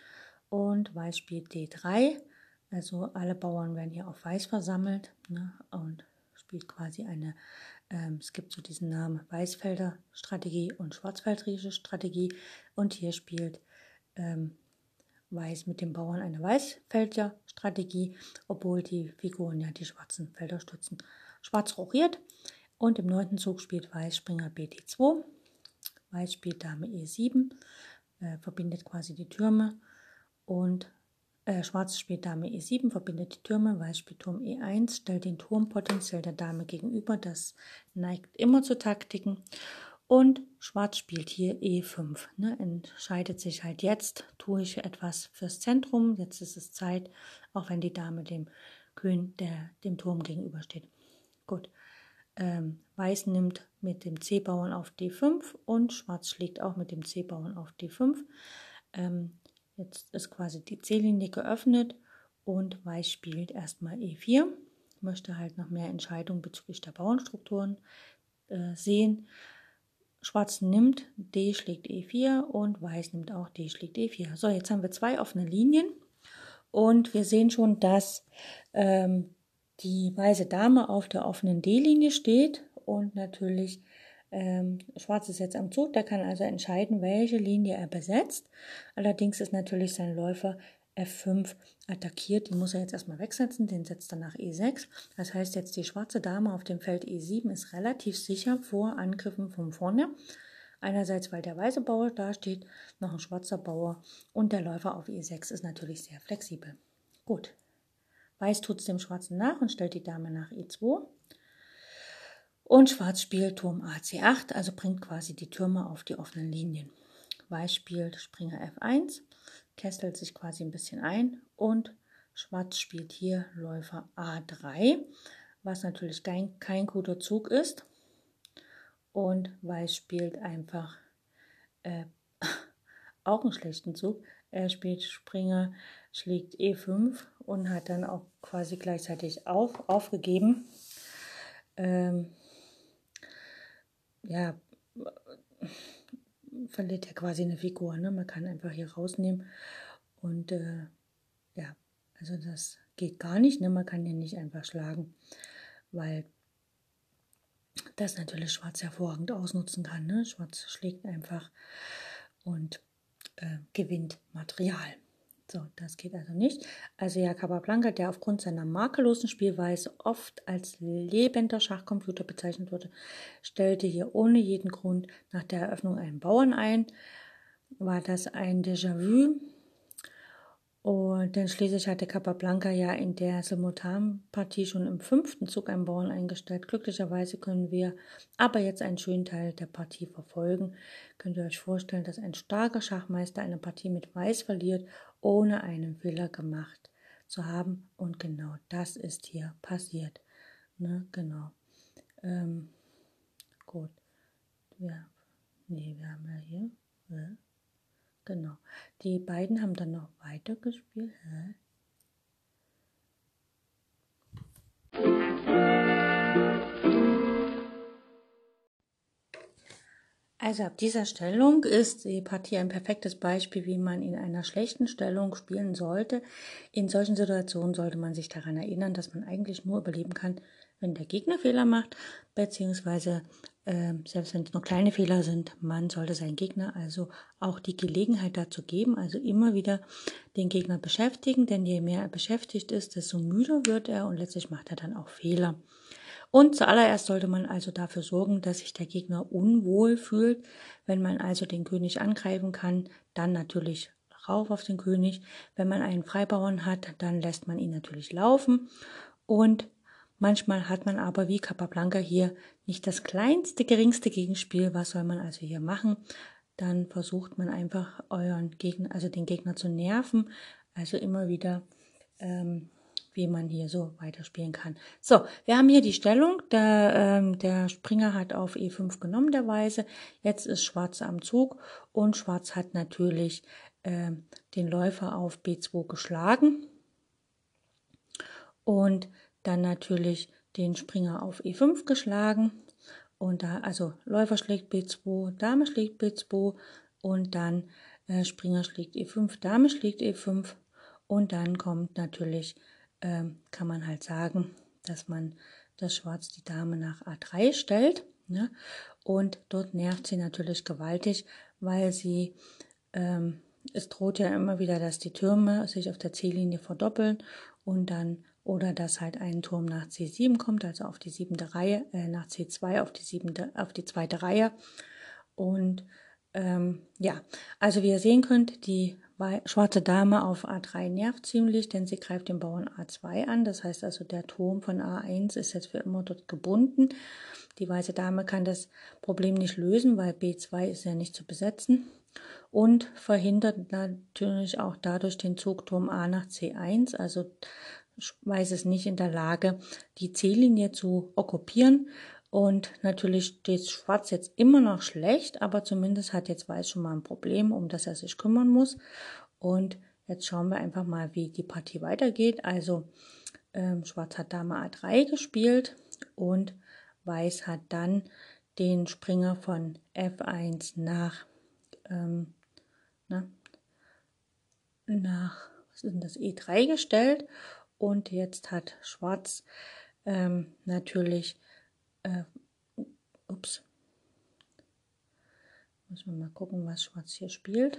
Speaker 1: Und Weiß spielt D drei. Also alle Bauern werden hier auf Weiß versammelt, ne, und spielt quasi eine, ähm, es gibt so diesen Namen Weißfelder Strategie und Schwarzfeldrische Strategie. Und hier spielt ähm, Weiß mit dem Bauern eine Weißfelder Strategie, obwohl die Figuren ja die schwarzen Felder stützen. Schwarz rochiert und im neunten Zug spielt Weiß Springer B D zwei. Weiß spielt Dame E sieben, äh, verbindet quasi die Türme und Äh, Schwarz spielt Dame E sieben, verbindet die Türme, Weiß spielt Turm E eins, stellt den Turm potenziell der Dame gegenüber, das neigt immer zu Taktiken. Und Schwarz spielt hier E fünf, ne, entscheidet sich halt jetzt, tue ich etwas fürs Zentrum, jetzt ist es Zeit, auch wenn die Dame dem König, der dem Turm gegenübersteht. Gut, ähm, Weiß nimmt mit dem C-Bauern auf D fünf und Schwarz schlägt auch mit dem C-Bauern auf D fünf. Ähm, Jetzt ist quasi die C-Linie geöffnet und Weiß spielt erstmal E vier. Ich möchte halt noch mehr Entscheidungen bezüglich der Bauernstrukturen äh, sehen. Schwarz nimmt, D schlägt E vier und Weiß nimmt auch D schlägt E vier. So, jetzt haben wir zwei offene Linien und wir sehen schon, dass ähm, die weiße Dame auf der offenen D-Linie steht und natürlich Ähm, Schwarz ist jetzt am Zug, der kann also entscheiden, welche Linie er besetzt. Allerdings ist natürlich sein Läufer F fünf attackiert, die muss er jetzt erstmal wegsetzen, den setzt er nach E sechs. Das heißt jetzt, die schwarze Dame auf dem Feld E sieben ist relativ sicher vor Angriffen von vorne. Einerseits, weil der weiße Bauer da steht, noch ein schwarzer Bauer und der Läufer auf E sechs ist natürlich sehr flexibel. Gut, Weiß tut es dem Schwarzen nach und stellt die Dame nach E zwei. Und Schwarz spielt Turm A C acht, also bringt quasi die Türme auf die offenen Linien. Weiß spielt Springer F eins, kästelt sich quasi ein bisschen ein und Schwarz spielt hier Läufer A drei, was natürlich kein, kein guter Zug ist. Und Weiß spielt einfach äh, auch einen schlechten Zug. Er spielt Springer, schlägt E fünf und hat dann auch quasi gleichzeitig auf, aufgegeben. Ähm, ja, verliert ja quasi eine Figur, ne? Man kann einfach hier rausnehmen und äh, ja, also das geht gar nicht, ne? Man kann den nicht einfach schlagen, weil das natürlich Schwarz hervorragend ausnutzen kann, ne? Schwarz schlägt einfach und äh, gewinnt Material. So, das geht also nicht. Also ja, Capablanca, der aufgrund seiner makellosen Spielweise oft als lebender Schachcomputer bezeichnet wurde, stellte hier ohne jeden Grund nach der Eröffnung einen Bauern ein. War das ein Déjà-vu? Und denn schließlich hatte Capablanca ja in der Simultanpartie schon im fünften Zug einen Bauern eingestellt. Glücklicherweise können wir aber jetzt einen schönen Teil der Partie verfolgen. Könnt ihr euch vorstellen, dass ein starker Schachmeister eine Partie mit Weiß verliert, ohne einen Fehler gemacht zu haben. Und genau das ist hier passiert. Ne, genau. Ähm, gut. ja, nee, wir haben ja hier, hä? Genau, die beiden haben dann noch weitergespielt, hä? Also ab dieser Stellung ist die Partie ein perfektes Beispiel, wie man in einer schlechten Stellung spielen sollte. In solchen Situationen sollte man sich daran erinnern, dass man eigentlich nur überleben kann, wenn der Gegner Fehler macht, beziehungsweise äh, selbst wenn es nur kleine Fehler sind, man sollte seinen Gegner also auch die Gelegenheit dazu geben, also immer wieder den Gegner beschäftigen, denn je mehr er beschäftigt ist, desto müder wird er und letztlich macht er dann auch Fehler. Und zuallererst sollte man also dafür sorgen, dass sich der Gegner unwohl fühlt. Wenn man also den König angreifen kann, dann natürlich rauf auf den König. Wenn man einen Freibauern hat, dann lässt man ihn natürlich laufen. Und manchmal hat man aber wie Capablanca hier nicht das kleinste, geringste Gegenspiel. Was soll man also hier machen? Dann versucht man einfach euren Gegner, also den Gegner zu nerven. Also immer wieder ähm, wie man hier so weiterspielen kann. So, wir haben hier die Stellung. Der, ähm, der Springer hat auf E fünf genommen, der Weiße. Jetzt ist Schwarz am Zug und Schwarz hat natürlich ähm, den Läufer auf B zwei geschlagen und dann natürlich den Springer auf E fünf geschlagen. Und da, also Läufer schlägt B zwei, Dame schlägt B zwei und dann äh, Springer schlägt E fünf, Dame schlägt E fünf und dann kommt natürlich kann man halt sagen, dass man das Schwarz die Dame nach A drei stellt. Ne? Und dort nervt sie natürlich gewaltig, weil sie, ähm, es droht ja immer wieder, dass die Türme sich auf der C-Linie verdoppeln und dann, oder dass halt ein Turm nach C sieben kommt, also auf die siebente Reihe, äh, nach C zwei auf die siebente, auf die zweite Reihe. Und ähm, ja, also wie ihr sehen könnt, die schwarze Dame auf A drei nervt ziemlich, denn sie greift den Bauern A zwei an. Das heißt also, der Turm von A eins ist jetzt für immer dort gebunden. Die weiße Dame kann das Problem nicht lösen, weil B zwei ist ja nicht zu besetzen. Und verhindert natürlich auch dadurch den Zug Turm A nach C eins. Also Weiß ist nicht in der Lage, die C-Linie zu okkupieren. Und natürlich steht Schwarz jetzt immer noch schlecht, aber zumindest hat jetzt Weiß schon mal ein Problem, um das er sich kümmern muss. Und jetzt schauen wir einfach mal, wie die Partie weitergeht. Also ähm, Schwarz hat Dame A drei gespielt und Weiß hat dann den Springer von F eins nach, ähm, na, nach was ist denn das, E drei gestellt. Und jetzt hat Schwarz ähm, natürlich Äh, ups. Müssen wir mal gucken, was Schwarz hier spielt.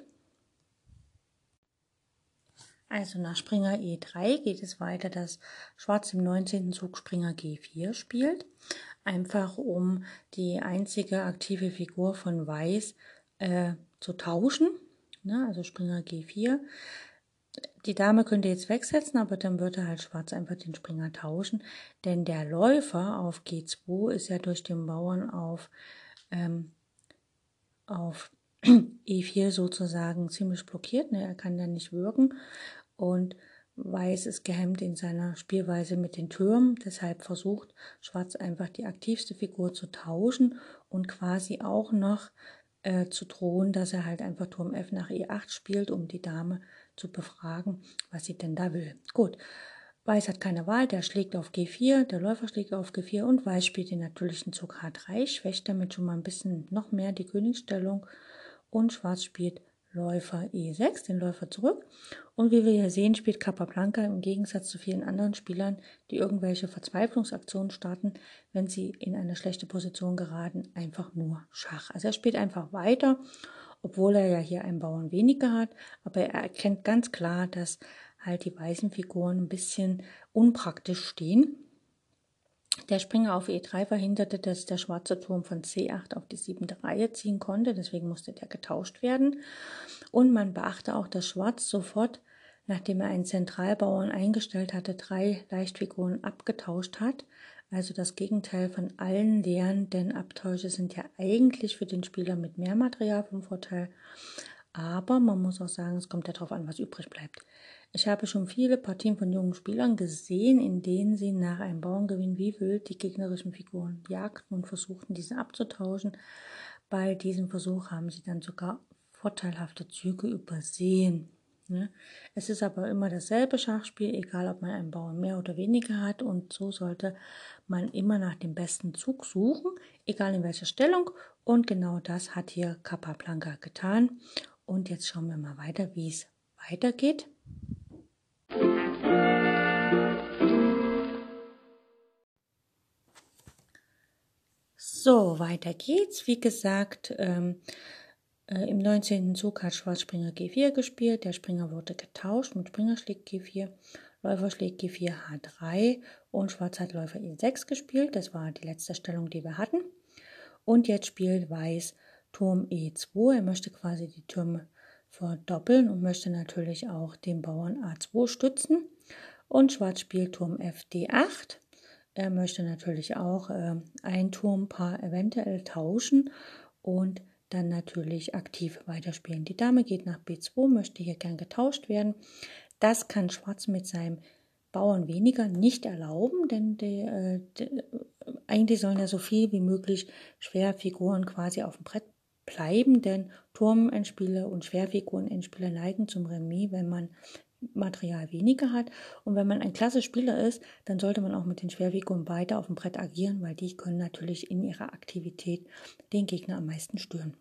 Speaker 1: Also nach Springer E drei geht es weiter, dass Schwarz im neunzehnten Zug Springer G vier spielt. Einfach um die einzige aktive Figur von Weiß äh, zu tauschen. Ne? Also Springer G vier. Die Dame könnte jetzt wegsetzen, aber dann würde halt Schwarz einfach den Springer tauschen. Denn der Läufer auf G zwei ist ja durch den Bauern auf ähm, auf E vier sozusagen ziemlich blockiert. Ne? Er kann dann nicht wirken und Weiß ist gehemmt in seiner Spielweise mit den Türmen. Deshalb versucht Schwarz einfach die aktivste Figur zu tauschen und quasi auch noch äh, zu drohen, dass er halt einfach Turm F nach E acht spielt, um die Dame zu befragen, was sie denn da will. Gut. Weiß hat keine Wahl, der schlägt auf G vier, der Läufer schlägt auf G vier und Weiß spielt den natürlichen Zug H drei, schwächt damit schon mal ein bisschen noch mehr die Königsstellung und Schwarz spielt Läufer E sechs, den Läufer zurück. Und wie wir hier sehen, spielt Capablanca im Gegensatz zu vielen anderen Spielern, die irgendwelche Verzweiflungsaktionen starten, wenn sie in eine schlechte Position geraten, einfach nur Schach. Also er spielt einfach weiter, obwohl er ja hier einen Bauern weniger hat, aber er erkennt ganz klar, dass halt die weißen Figuren ein bisschen unpraktisch stehen. Der Springer auf E drei verhinderte, dass der schwarze Turm von C acht auf die siebente Reihe ziehen konnte, deswegen musste der getauscht werden. Und man beachte auch, dass Schwarz sofort, nachdem er einen Zentralbauern eingestellt hatte, drei Leichtfiguren abgetauscht hat. Also das Gegenteil von allen Lehren, denn Abtausche sind ja eigentlich für den Spieler mit mehr Material vom Vorteil. Aber man muss auch sagen, es kommt ja darauf an, was übrig bleibt. Ich habe schon viele Partien von jungen Spielern gesehen, in denen sie nach einem Bauerngewinn wie wild die gegnerischen Figuren jagten und versuchten, diese abzutauschen. Bei diesem Versuch haben sie dann sogar vorteilhafte Züge übersehen. Ne? Es ist aber immer dasselbe Schachspiel, egal ob man einen Bauern mehr oder weniger hat, und so sollte man immer nach dem besten Zug suchen, egal in welcher Stellung, und genau das hat hier Capablanca getan. Und jetzt schauen wir mal weiter, wie es weitergeht. So, weiter geht's. Wie gesagt, ähm, äh, im neunzehnten Zug hat Schwarz Springer G vier gespielt. Der Springer wurde getauscht mit Springer schlägt G vier, Läufer schlägt G vier, H drei und Schwarz hat Läufer E sechs gespielt. Das war die letzte Stellung, die wir hatten. Und jetzt spielt Weiß Turm E zwei. Er möchte quasi die Türme verdoppeln und möchte natürlich auch den Bauern A zwei stützen. Und Schwarz spielt Turm F D acht. Er möchte natürlich auch äh, ein Turmpaar eventuell tauschen und dann natürlich aktiv weiterspielen. Die Dame geht nach B zwei, möchte hier gern getauscht werden. Das kann Schwarz mit seinem Bauern weniger nicht erlauben, denn die, äh, die, eigentlich sollen ja so viel wie möglich Schwerfiguren quasi auf dem Brett bleiben, denn Turm-Endspiele und Schwerfiguren-Endspiele neigen zum Remis, wenn man Material weniger hat. Und wenn man ein klasse Spieler ist, dann sollte man auch mit den Schwerfiguren weiter auf dem Brett agieren, weil die können natürlich in ihrer Aktivität den Gegner am meisten stören.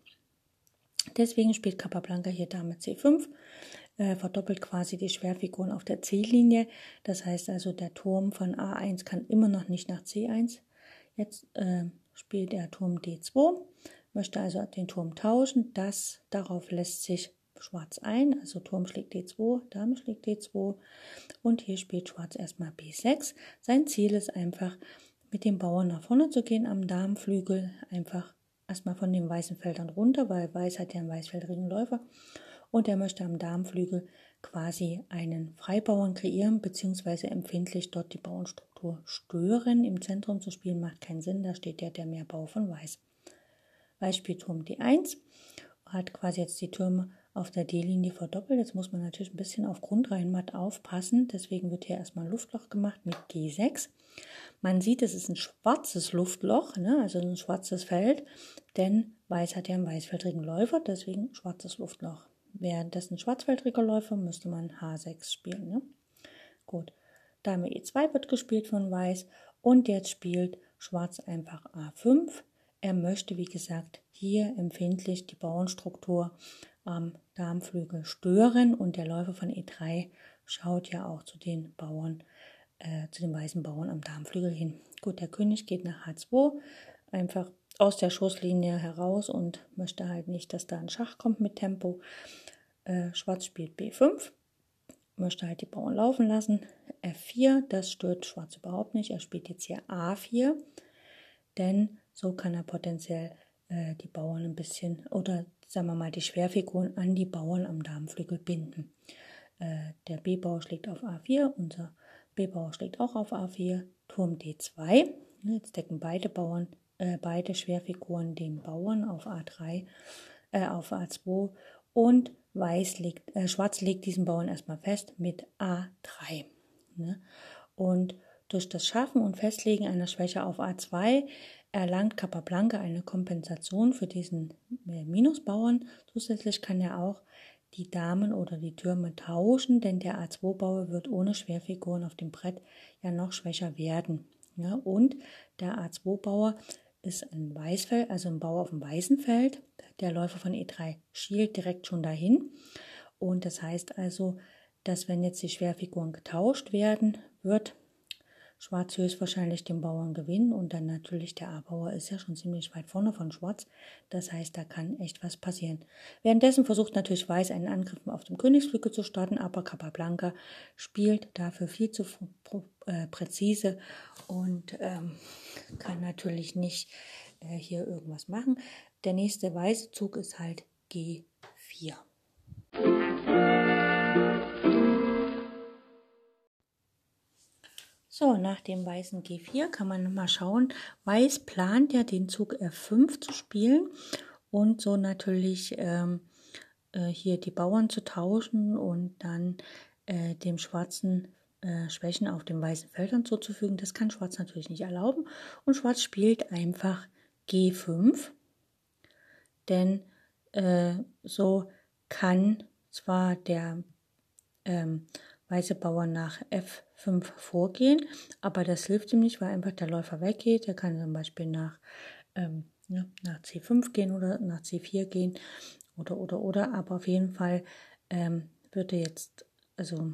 Speaker 1: Deswegen spielt Capablanca hier Dame C fünf, äh, verdoppelt quasi die Schwerfiguren auf der C-Linie. Das heißt also, der Turm von A eins kann immer noch nicht nach C eins. Jetzt äh, spielt er Turm D zwei, möchte also den Turm tauschen. Das, darauf lässt sich Schwarz ein, also Turm schlägt D zwei, Dame schlägt D zwei und hier spielt Schwarz erstmal B sechs. Sein Ziel ist einfach, mit dem Bauern nach vorne zu gehen am Damenflügel, einfach erstmal von den weißen Feldern runter, weil Weiß hat ja einen weißfeldrigen Läufer und er möchte am Damenflügel quasi einen Freibauern kreieren, beziehungsweise empfindlich dort die Bauernstruktur stören. Im Zentrum zu spielen macht keinen Sinn, da steht ja der Mehrbau von Weiß. Weiß spielt Turm D eins, hat quasi jetzt die Türme auf der D-Linie verdoppelt. Jetzt muss man natürlich ein bisschen auf Grundreihenmatt aufpassen. Deswegen wird hier erstmal ein Luftloch gemacht mit G sechs. Man sieht, es ist ein schwarzes Luftloch, ne? Also ein schwarzes Feld, denn Weiß hat ja einen weißfeldrigen Läufer, deswegen schwarzes Luftloch. Wäre das ein schwarzfeldriger Läufer, müsste man H sechs spielen. Ne? Gut, Dame E zwei wird gespielt von Weiß und jetzt spielt Schwarz einfach A fünf. Er möchte, wie gesagt, hier empfindlich die Bauernstruktur am Damenflügel stören und der Läufer von E drei schaut ja auch zu den Bauern, äh, zu den weißen Bauern am Damenflügel hin. Gut, der König geht nach H zwei, einfach aus der Schusslinie heraus und möchte halt nicht, dass da ein Schach kommt mit Tempo. Äh, Schwarz spielt B fünf, möchte halt die Bauern laufen lassen. F vier, das stört Schwarz überhaupt nicht. Er spielt jetzt hier A vier, denn so kann er potenziell äh, die Bauern ein bisschen, oder sagen wir mal die Schwerfiguren an die Bauern am Damenflügel binden. Äh, der B-Bauer schlägt auf A vier, unser B-Bauer schlägt auch auf A vier, Turm D zwei. Jetzt decken beide Bauern, äh, beide Schwerfiguren den Bauern auf A drei, äh, auf A zwei und Weiß legt, äh, Schwarz legt diesen Bauern erstmal fest mit A drei. Ne? Und durch das Schaffen und Festlegen einer Schwäche auf A zwei erlangt Capablanca eine Kompensation für diesen Minusbauern. Zusätzlich kann er auch die Damen oder die Türme tauschen, denn der A zwei Bauer wird ohne Schwerfiguren auf dem Brett ja noch schwächer werden. Ja, und der A zwei Bauer ist ein Weißfeld, also ein Bauer auf dem weißen Feld. Der Läufer von E drei schielt direkt schon dahin. Und das heißt also, dass wenn jetzt die Schwerfiguren getauscht werden, wird Schwarz höchstwahrscheinlich den Bauern gewinnen und dann natürlich der A-Bauer ist ja schon ziemlich weit vorne von Schwarz. Das heißt, da kann echt was passieren. Währenddessen versucht natürlich Weiß einen Angriff auf dem Königsflügel zu starten, aber Capablanca spielt dafür viel zu äh, präzise und ähm, kann natürlich nicht äh, hier irgendwas machen. Der nächste weiße Zug ist halt G vier. So, nach dem weißen G vier kann man mal schauen. Weiß plant ja den Zug F fünf zu spielen und so natürlich ähm, äh, hier die Bauern zu tauschen und dann äh, dem Schwarzen äh, Schwächen auf den weißen Feldern zuzufügen. Das kann Schwarz natürlich nicht erlauben und Schwarz spielt einfach G fünf. denn äh, so kann zwar der ähm, weiße Bauer nach F fünf vorgehen, aber das hilft ihm nicht, weil einfach der Läufer weggeht. Er kann zum Beispiel nach, ähm, ja, nach C fünf gehen oder nach C vier gehen oder oder oder, aber auf jeden Fall ähm, wird er jetzt, also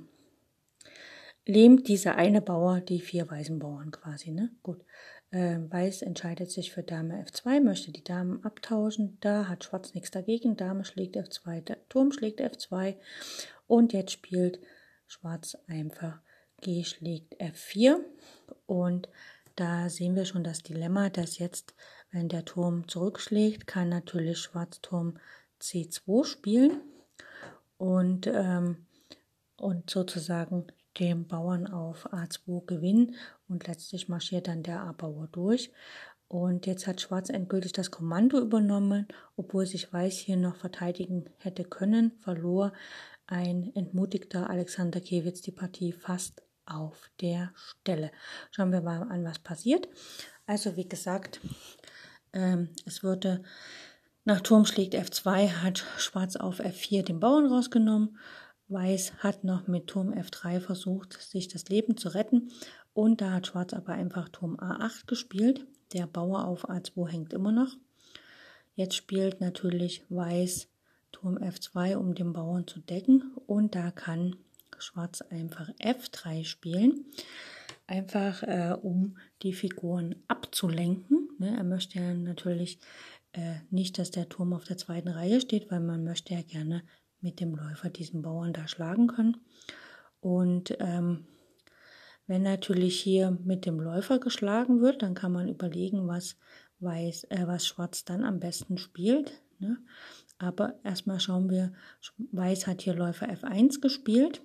Speaker 1: lähmt dieser eine Bauer die vier weißen Bauern quasi, ne? Gut. Äh, Weiß entscheidet sich für Dame F zwei, möchte die Damen abtauschen. Da hat Schwarz nichts dagegen. Dame schlägt F zwei, der Turm schlägt F zwei. Und jetzt spielt Schwarz einfach G schlägt F vier. Und da sehen wir schon das Dilemma, dass jetzt, wenn der Turm zurückschlägt, kann natürlich Schwarz Turm C zwei spielen. Und, ähm, und sozusagen dem Bauern auf A zwei gewinnen und letztlich marschiert dann der A-Bauer durch. Und jetzt hat Schwarz endgültig das Kommando übernommen, obwohl sich Weiß hier noch verteidigen hätte können, verlor ein entmutigter Alexander Kiewicz die Partie fast auf der Stelle. Schauen wir mal an, was passiert. Also wie gesagt, ähm, es wurde nach Turm schlägt F zwei, hat Schwarz auf F vier den Bauern rausgenommen. Weiß hat noch mit Turm F drei versucht, sich das Leben zu retten. Und da hat Schwarz aber einfach Turm A acht gespielt. Der Bauer auf A zwei hängt immer noch. Jetzt spielt natürlich Weiß Turm F zwei, um den Bauern zu decken. Und da kann Schwarz einfach F drei spielen. Einfach äh, um die Figuren abzulenken. Ne? Er möchte ja natürlich äh, nicht, dass der Turm auf der zweiten Reihe steht, weil man möchte ja gerne mit dem Läufer diesen Bauern da schlagen können. Und ähm, wenn natürlich hier mit dem Läufer geschlagen wird, dann kann man überlegen, was, Weiß, äh, was Schwarz dann am besten spielt. Ne? Aber erstmal schauen wir, Weiß hat hier Läufer F eins gespielt.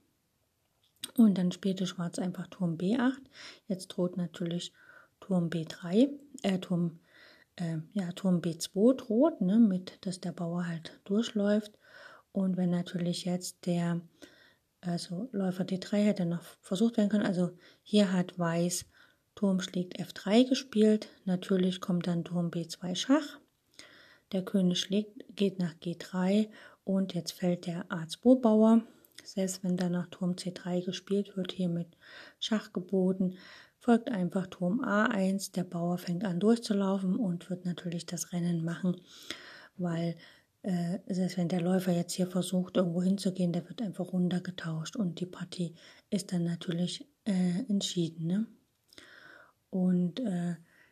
Speaker 1: Und dann spielte Schwarz einfach Turm B acht. Jetzt droht natürlich Turm B drei, äh, Turm, äh, ja, Turm B zwei droht, ne, mit, dass der Bauer halt durchläuft. Und wenn natürlich jetzt der, also Läufer D drei hätte noch versucht werden können, also hier hat Weiß Turm schlägt F drei gespielt, natürlich kommt dann Turm B zwei Schach, der König schlägt, geht nach G drei und jetzt fällt der A zwei Bauer. Selbst wenn dann nach Turm C drei gespielt wird, hier mit Schach geboten, folgt einfach Turm A eins, der Bauer fängt an durchzulaufen und wird natürlich das Rennen machen, weil äh, selbst wenn der Läufer jetzt hier versucht, irgendwo hinzugehen, der wird einfach runtergetauscht und die Partie ist dann natürlich äh, entschieden. Ne? Und äh,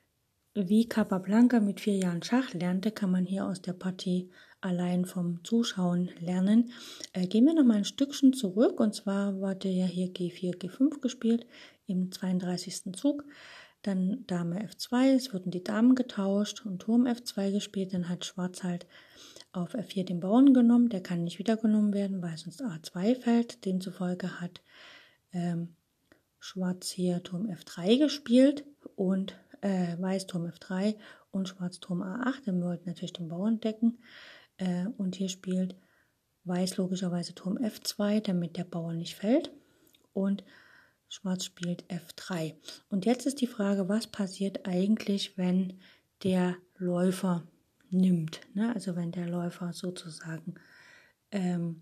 Speaker 1: wie Capablanca mit vier Jahren Schach lernte, kann man hier aus der Partie allein vom Zuschauen lernen. Äh, gehen wir noch mal ein Stückchen zurück, und zwar wurde ja hier G vier, G fünf gespielt im zweiunddreißigsten Zug. Dann Dame F zwei, es wurden die Damen getauscht und Turm F zwei gespielt. Dann hat Schwarz halt auf F vier den Bauern genommen, der kann nicht wiedergenommen werden, weil sonst A zwei fällt. Demzufolge hat ähm, Schwarz hier Turm F drei gespielt und äh, Weiß Turm F drei und Schwarz Turm A acht. Dann wollten natürlich den Bauern decken. Äh, und hier spielt Weiß logischerweise Turm F zwei, damit der Bauer nicht fällt. Und Schwarz spielt F drei. Und jetzt ist die Frage, was passiert eigentlich, wenn der Läufer nimmt? Ne? Also wenn der Läufer sozusagen ähm,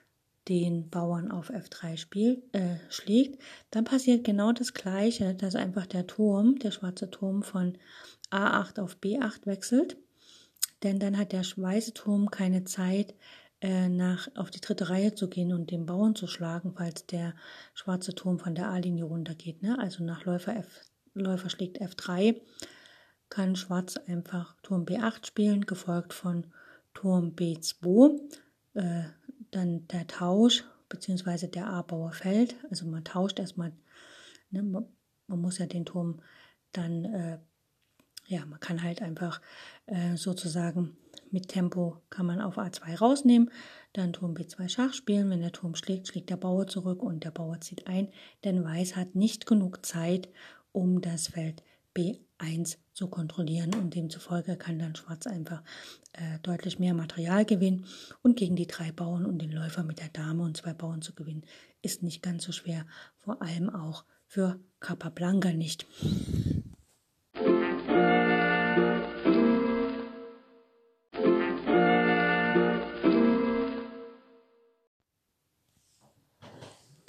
Speaker 1: den Bauern auf F drei spielt, äh, schlägt, dann passiert genau das Gleiche, dass einfach der Turm, der schwarze Turm von A acht auf B acht wechselt, denn dann hat der weiße Turm keine Zeit, äh, nach, auf die dritte Reihe zu gehen und den Bauern zu schlagen, falls der schwarze Turm von der A-Linie runtergeht. Ne? Also nach Läufer, F, Läufer schlägt F drei, kann Schwarz einfach Turm B acht spielen, gefolgt von Turm B zwei, äh, dann der Tausch, beziehungsweise der A-Bauer fällt. Also man tauscht erstmal, ne, man, man muss ja den Turm dann, äh, ja, man kann halt einfach äh, sozusagen mit Tempo kann man auf A zwei rausnehmen, dann Turm B zwei Schach spielen. Wenn der Turm schlägt, schlägt der Bauer zurück und der Bauer zieht ein, denn Weiß hat nicht genug Zeit, um das Feld B eins zu kontrollieren und demzufolge kann dann Schwarz einfach äh, deutlich mehr Material gewinnen und gegen die drei Bauern und den Läufer mit der Dame und zwei Bauern zu gewinnen, ist nicht ganz so schwer, vor allem auch für Capablanca nicht.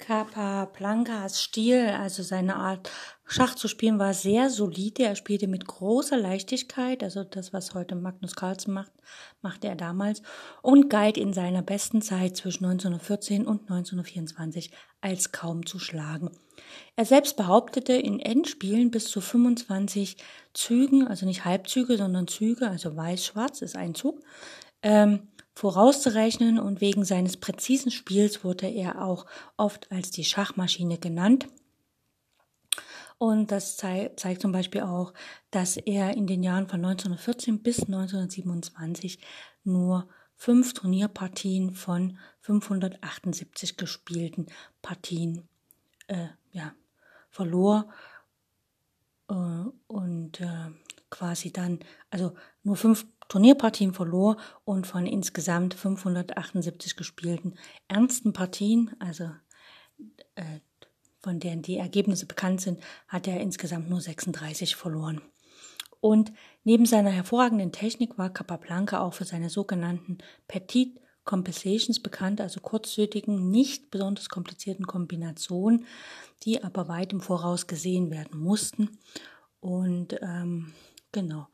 Speaker 1: Capablancas Stil, also seine Art Schach zu spielen, war sehr solide. Er spielte mit großer Leichtigkeit, also das, was heute Magnus Carlsen macht, machte er damals und galt in seiner besten Zeit zwischen neunzehnhundertvierzehn und neunzehnhundertvierundzwanzig als kaum zu schlagen. Er selbst behauptete in Endspielen bis zu fünfundzwanzig Zügen, also nicht Halbzüge, sondern Züge, also weiß-schwarz ist ein Zug, ähm, vorauszurechnen, und wegen seines präzisen Spiels wurde er auch oft als die Schachmaschine genannt. Und das zei- zeigt zum Beispiel auch, dass er in den Jahren von neunzehnhundertvierzehn bis neunzehnhundertsiebenundzwanzig nur fünf Turnierpartien von fünfhundertachtundsiebzig gespielten Partien äh, ja, verlor äh, und äh, quasi dann, also nur fünf Turnierpartien verlor und von insgesamt fünfhundertachtundsiebzig gespielten ernsten Partien, also äh, von deren die Ergebnisse bekannt sind, hat er insgesamt nur sechsunddreißig verloren. Und neben seiner hervorragenden Technik war Capablanca auch für seine sogenannten Petite Compositions bekannt, also kurzzügigen, nicht besonders komplizierten Kombinationen, die aber weit im Voraus gesehen werden mussten. Und ähm, genau.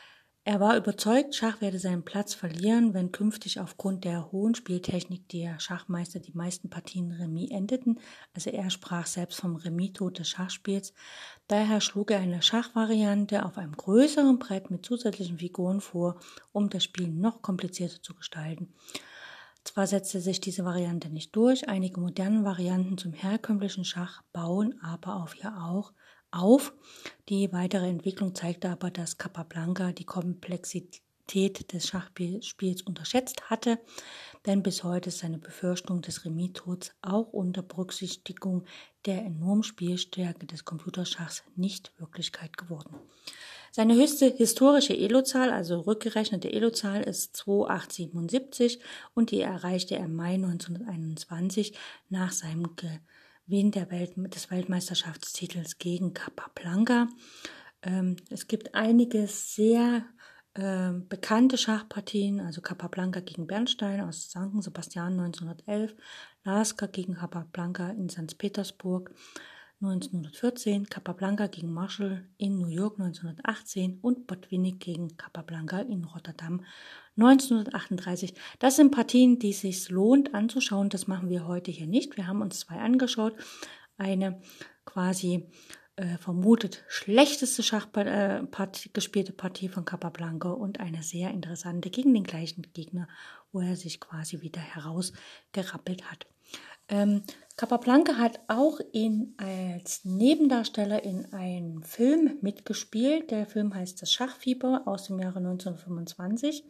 Speaker 1: Er war überzeugt, Schach werde seinen Platz verlieren, wenn künftig aufgrund der hohen Spieltechnik der Schachmeister die meisten Partien Remis endeten. Also er sprach selbst vom Remis-Tod des Schachspiels. Daher schlug er eine Schachvariante auf einem größeren Brett mit zusätzlichen Figuren vor, um das Spiel noch komplizierter zu gestalten. Zwar setzte sich diese Variante nicht durch, einige moderne Varianten zum herkömmlichen Schach bauen aber auf ihr auch auf. Die weitere Entwicklung zeigte aber, dass Capablanca die Komplexität des Schachspiels unterschätzt hatte, denn bis heute ist seine Befürchtung des Remis-Tods auch unter Berücksichtigung der enormen Spielstärke des Computerschachs nicht Wirklichkeit geworden. Seine höchste historische Elo-Zahl, also rückgerechnete Elo-Zahl, ist zweitausendachthundertsiebenundsiebzig und die erreichte er im Mai neunzehnhunderteinundzwanzig nach seinem Gewinn der Welt, des Weltmeisterschaftstitels gegen Capablanca. Ähm, es gibt einige sehr äh, bekannte Schachpartien, also Capablanca gegen Bernstein aus Sankt Sebastian neunzehnhundertelf, Lasker gegen Capablanca in Sankt Petersburg neunzehnhundertvierzehn, Capablanca gegen Marshall in New York neunzehnhundertachtzehn und Botwinnik gegen Capablanca in Rotterdam neunzehnhundertachtunddreißig. Das sind Partien, die es sich lohnt anzuschauen. Das machen wir heute hier nicht. Wir haben uns zwei angeschaut. Eine quasi äh, vermutet schlechteste Schachpartie, äh, gespielte Partie von Capablanca und eine sehr interessante gegen den gleichen Gegner, wo er sich quasi wieder herausgerappelt hat. Ähm, Capablanca hat auch in, als Nebendarsteller in einem Film mitgespielt. Der Film heißt Das Schachfieber aus dem Jahre neunzehnhundertfünfundzwanzig.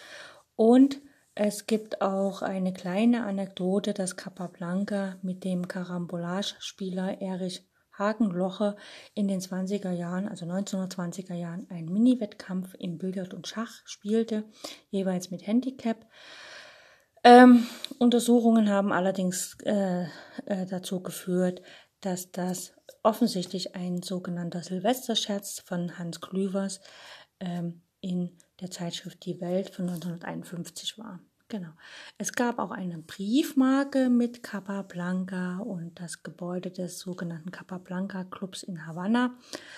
Speaker 1: Und es gibt auch eine kleine Anekdote, dass Capablanca mit dem Carambolage-Spieler Erich Hagenlocher in den zwanziger Jahren, also neunzehnhundertzwanziger Jahren, einen Mini-Wettkampf im Billard und Schach spielte, jeweils mit Handicap. Ähm, Untersuchungen haben allerdings äh, äh, dazu geführt, dass das offensichtlich ein sogenannter Silvesterscherz von Hans Klüvers ähm, in der Zeitschrift Die Welt von neunzehnhunderteinundfünfzig war. Genau. Es gab auch eine Briefmarke mit Capablanca und das Gebäude des sogenannten Capablanca Clubs in Havanna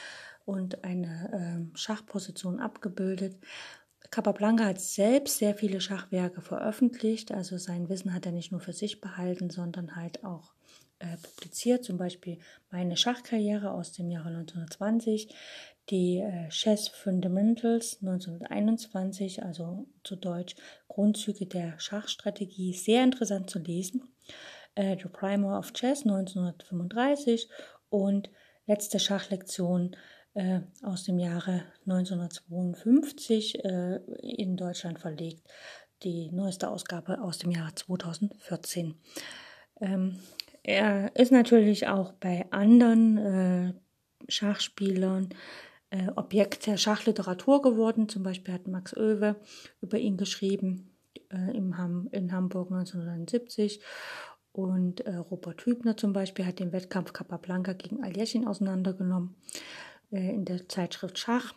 Speaker 1: und eine äh, Schachposition abgebildet. Capablanca hat selbst sehr viele Schachwerke veröffentlicht, also sein Wissen hat er nicht nur für sich behalten, sondern halt auch äh, publiziert, zum Beispiel Meine Schachkarriere aus dem Jahre neunzehnhundertzwanzig, die äh, Chess Fundamentals neunzehnhunderteinundzwanzig, also zu Deutsch Grundzüge der Schachstrategie, sehr interessant zu lesen, äh, The Primer of Chess neunzehnhundertfünfunddreißig und Letzte Schachlektion äh, aus dem Jahre neunzehnhundertzweiundfünfzig äh, in Deutschland verlegt, die neueste Ausgabe aus dem Jahre zweitausendvierzehn. Ähm, er ist natürlich auch bei anderen äh, Schachspielern äh, Objekt der Schachliteratur geworden. Zum Beispiel hat Max Oewe über ihn geschrieben äh, im Ham, in Hamburg neunzehnhundertneunundsiebzig. Und äh, Robert Hübner zum Beispiel hat den Wettkampf Capablanca gegen Aljechin auseinandergenommen äh, in der Zeitschrift Schach.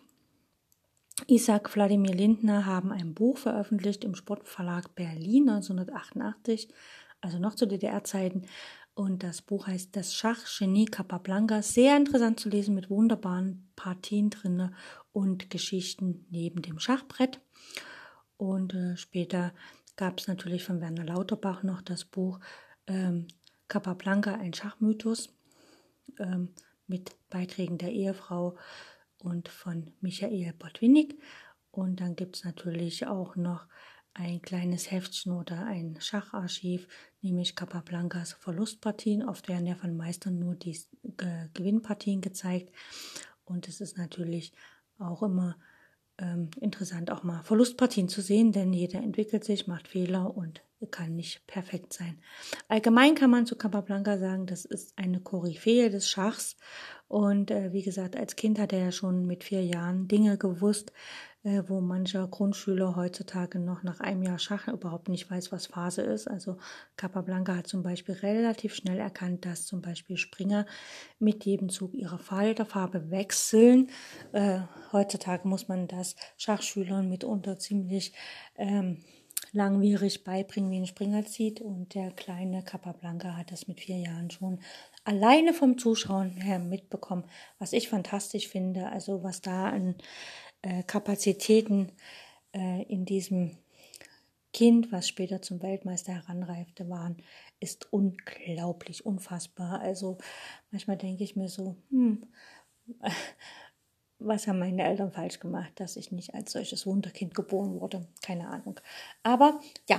Speaker 1: Isaac Wladimir Lindner haben ein Buch veröffentlicht im Sportverlag Berlin neunzehnhundertachtundachtzig, also noch zu D D R-Zeiten, Und das Buch heißt Das Schachgenie Capablanca. Sehr interessant zu lesen mit wunderbaren Partien drin und Geschichten neben dem Schachbrett. Und äh, später gab es natürlich von Werner Lauterbach noch das Buch ähm, Capablanca, ein Schachmythos, ähm, mit Beiträgen der Ehefrau und von Michael Botwinnik. Und dann gibt es natürlich auch noch ein kleines Heftchen oder ein Schacharchiv, nämlich Capablancas Verlustpartien. Oft werden ja von Meistern nur die äh, Gewinnpartien gezeigt. Und es ist natürlich auch immer ähm, interessant, auch mal Verlustpartien zu sehen, denn jeder entwickelt sich, macht Fehler und kann nicht perfekt sein. Allgemein kann man zu Capablanca sagen, das ist eine Koryphäe des Schachs. Und äh, wie gesagt, als Kind hat er ja schon mit vier Jahren Dinge gewusst, äh, wo mancher Grundschüler heutzutage noch nach einem Jahr Schach überhaupt nicht weiß, was Phase ist. Also Capablanca hat zum Beispiel relativ schnell erkannt, dass zum Beispiel Springer mit jedem Zug ihre Falterfarbe wechseln. Äh, heutzutage muss man das Schachschülern mitunter ziemlich ähm, langwierig beibringen, wie ein Springer zieht. Und der kleine Capablanca hat das mit vier Jahren schon alleine vom Zuschauen her mitbekommen, was ich fantastisch finde. Also was da an äh, Kapazitäten äh, in diesem Kind, was später zum Weltmeister heranreifte, waren, ist unglaublich, unfassbar. Also manchmal denke ich mir so, hm, was haben meine Eltern falsch gemacht, dass ich nicht als solches Wunderkind geboren wurde? Keine Ahnung. Aber ja,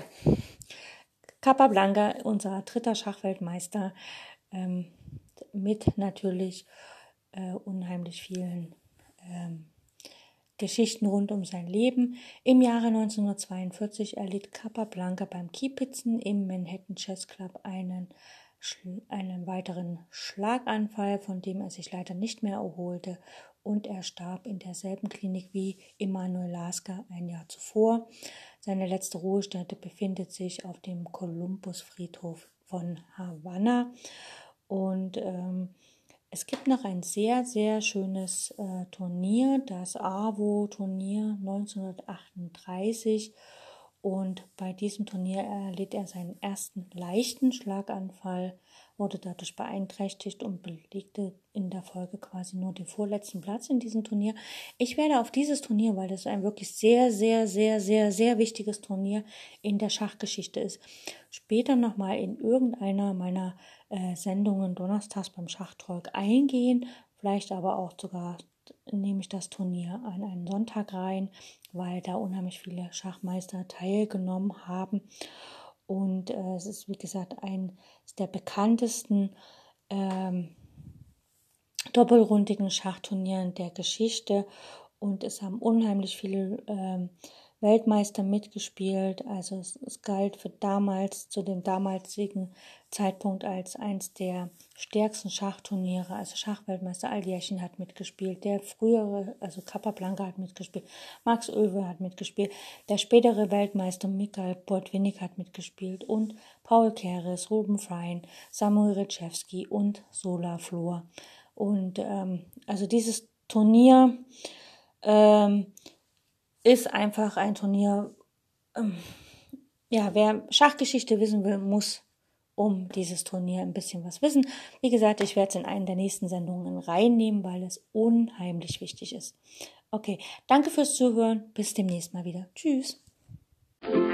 Speaker 1: Capablanca, unser dritter Schachweltmeister, ähm, mit natürlich äh, unheimlich vielen ähm, Geschichten rund um sein Leben. Im Jahre neunzehnhundertzweiundvierzig erlitt Capablanca beim Kiepitzen im Manhattan Chess Club einen, einen weiteren Schlaganfall, von dem er sich leider nicht mehr erholte, und er starb in derselben Klinik wie Emanuel Lasker ein Jahr zuvor. Seine letzte Ruhestätte befindet sich auf dem Columbus-Friedhof von Havanna. Und ähm, es gibt noch ein sehr, sehr schönes äh, Turnier, das AWO-Turnier neunzehnhundertachtunddreißig. Und bei diesem Turnier erlitt er seinen ersten leichten Schlaganfall, wurde dadurch beeinträchtigt und belegte in der Folge quasi nur den vorletzten Platz in diesem Turnier. Ich werde auf dieses Turnier, weil das ein wirklich sehr, sehr, sehr, sehr, sehr wichtiges Turnier in der Schachgeschichte ist, später nochmal in irgendeiner meiner äh, Sendungen donnerstags beim Schachtalk eingehen, vielleicht aber auch sogar nehme ich das Turnier an einen Sonntag rein, weil da unheimlich viele Schachmeister teilgenommen haben. Und äh, es ist, wie gesagt, eines der bekanntesten ähm, doppelrundigen Schachturnieren der Geschichte. Und es haben unheimlich viele ähm, Weltmeister mitgespielt. Also es, es galt für damals, zu dem damaligen Zeitpunkt als eins der stärksten Schachturniere. Also Schachweltmeister Aljechin hat mitgespielt, der frühere, also Capablanca hat mitgespielt, Max Oewe hat mitgespielt, der spätere Weltmeister Michael Botwinnik hat mitgespielt und Paul Keres, Ruben Frein, Samuel Reshevsky und Sola Flohr. Und ähm, also dieses Turnier ähm, ist einfach ein Turnier, ähm, ja, wer Schachgeschichte wissen will, muss um dieses Turnier ein bisschen was wissen. Wie gesagt, ich werde es in einen der nächsten Sendungen reinnehmen, weil es unheimlich wichtig ist. Okay, danke fürs Zuhören. Bis demnächst mal wieder. Tschüss.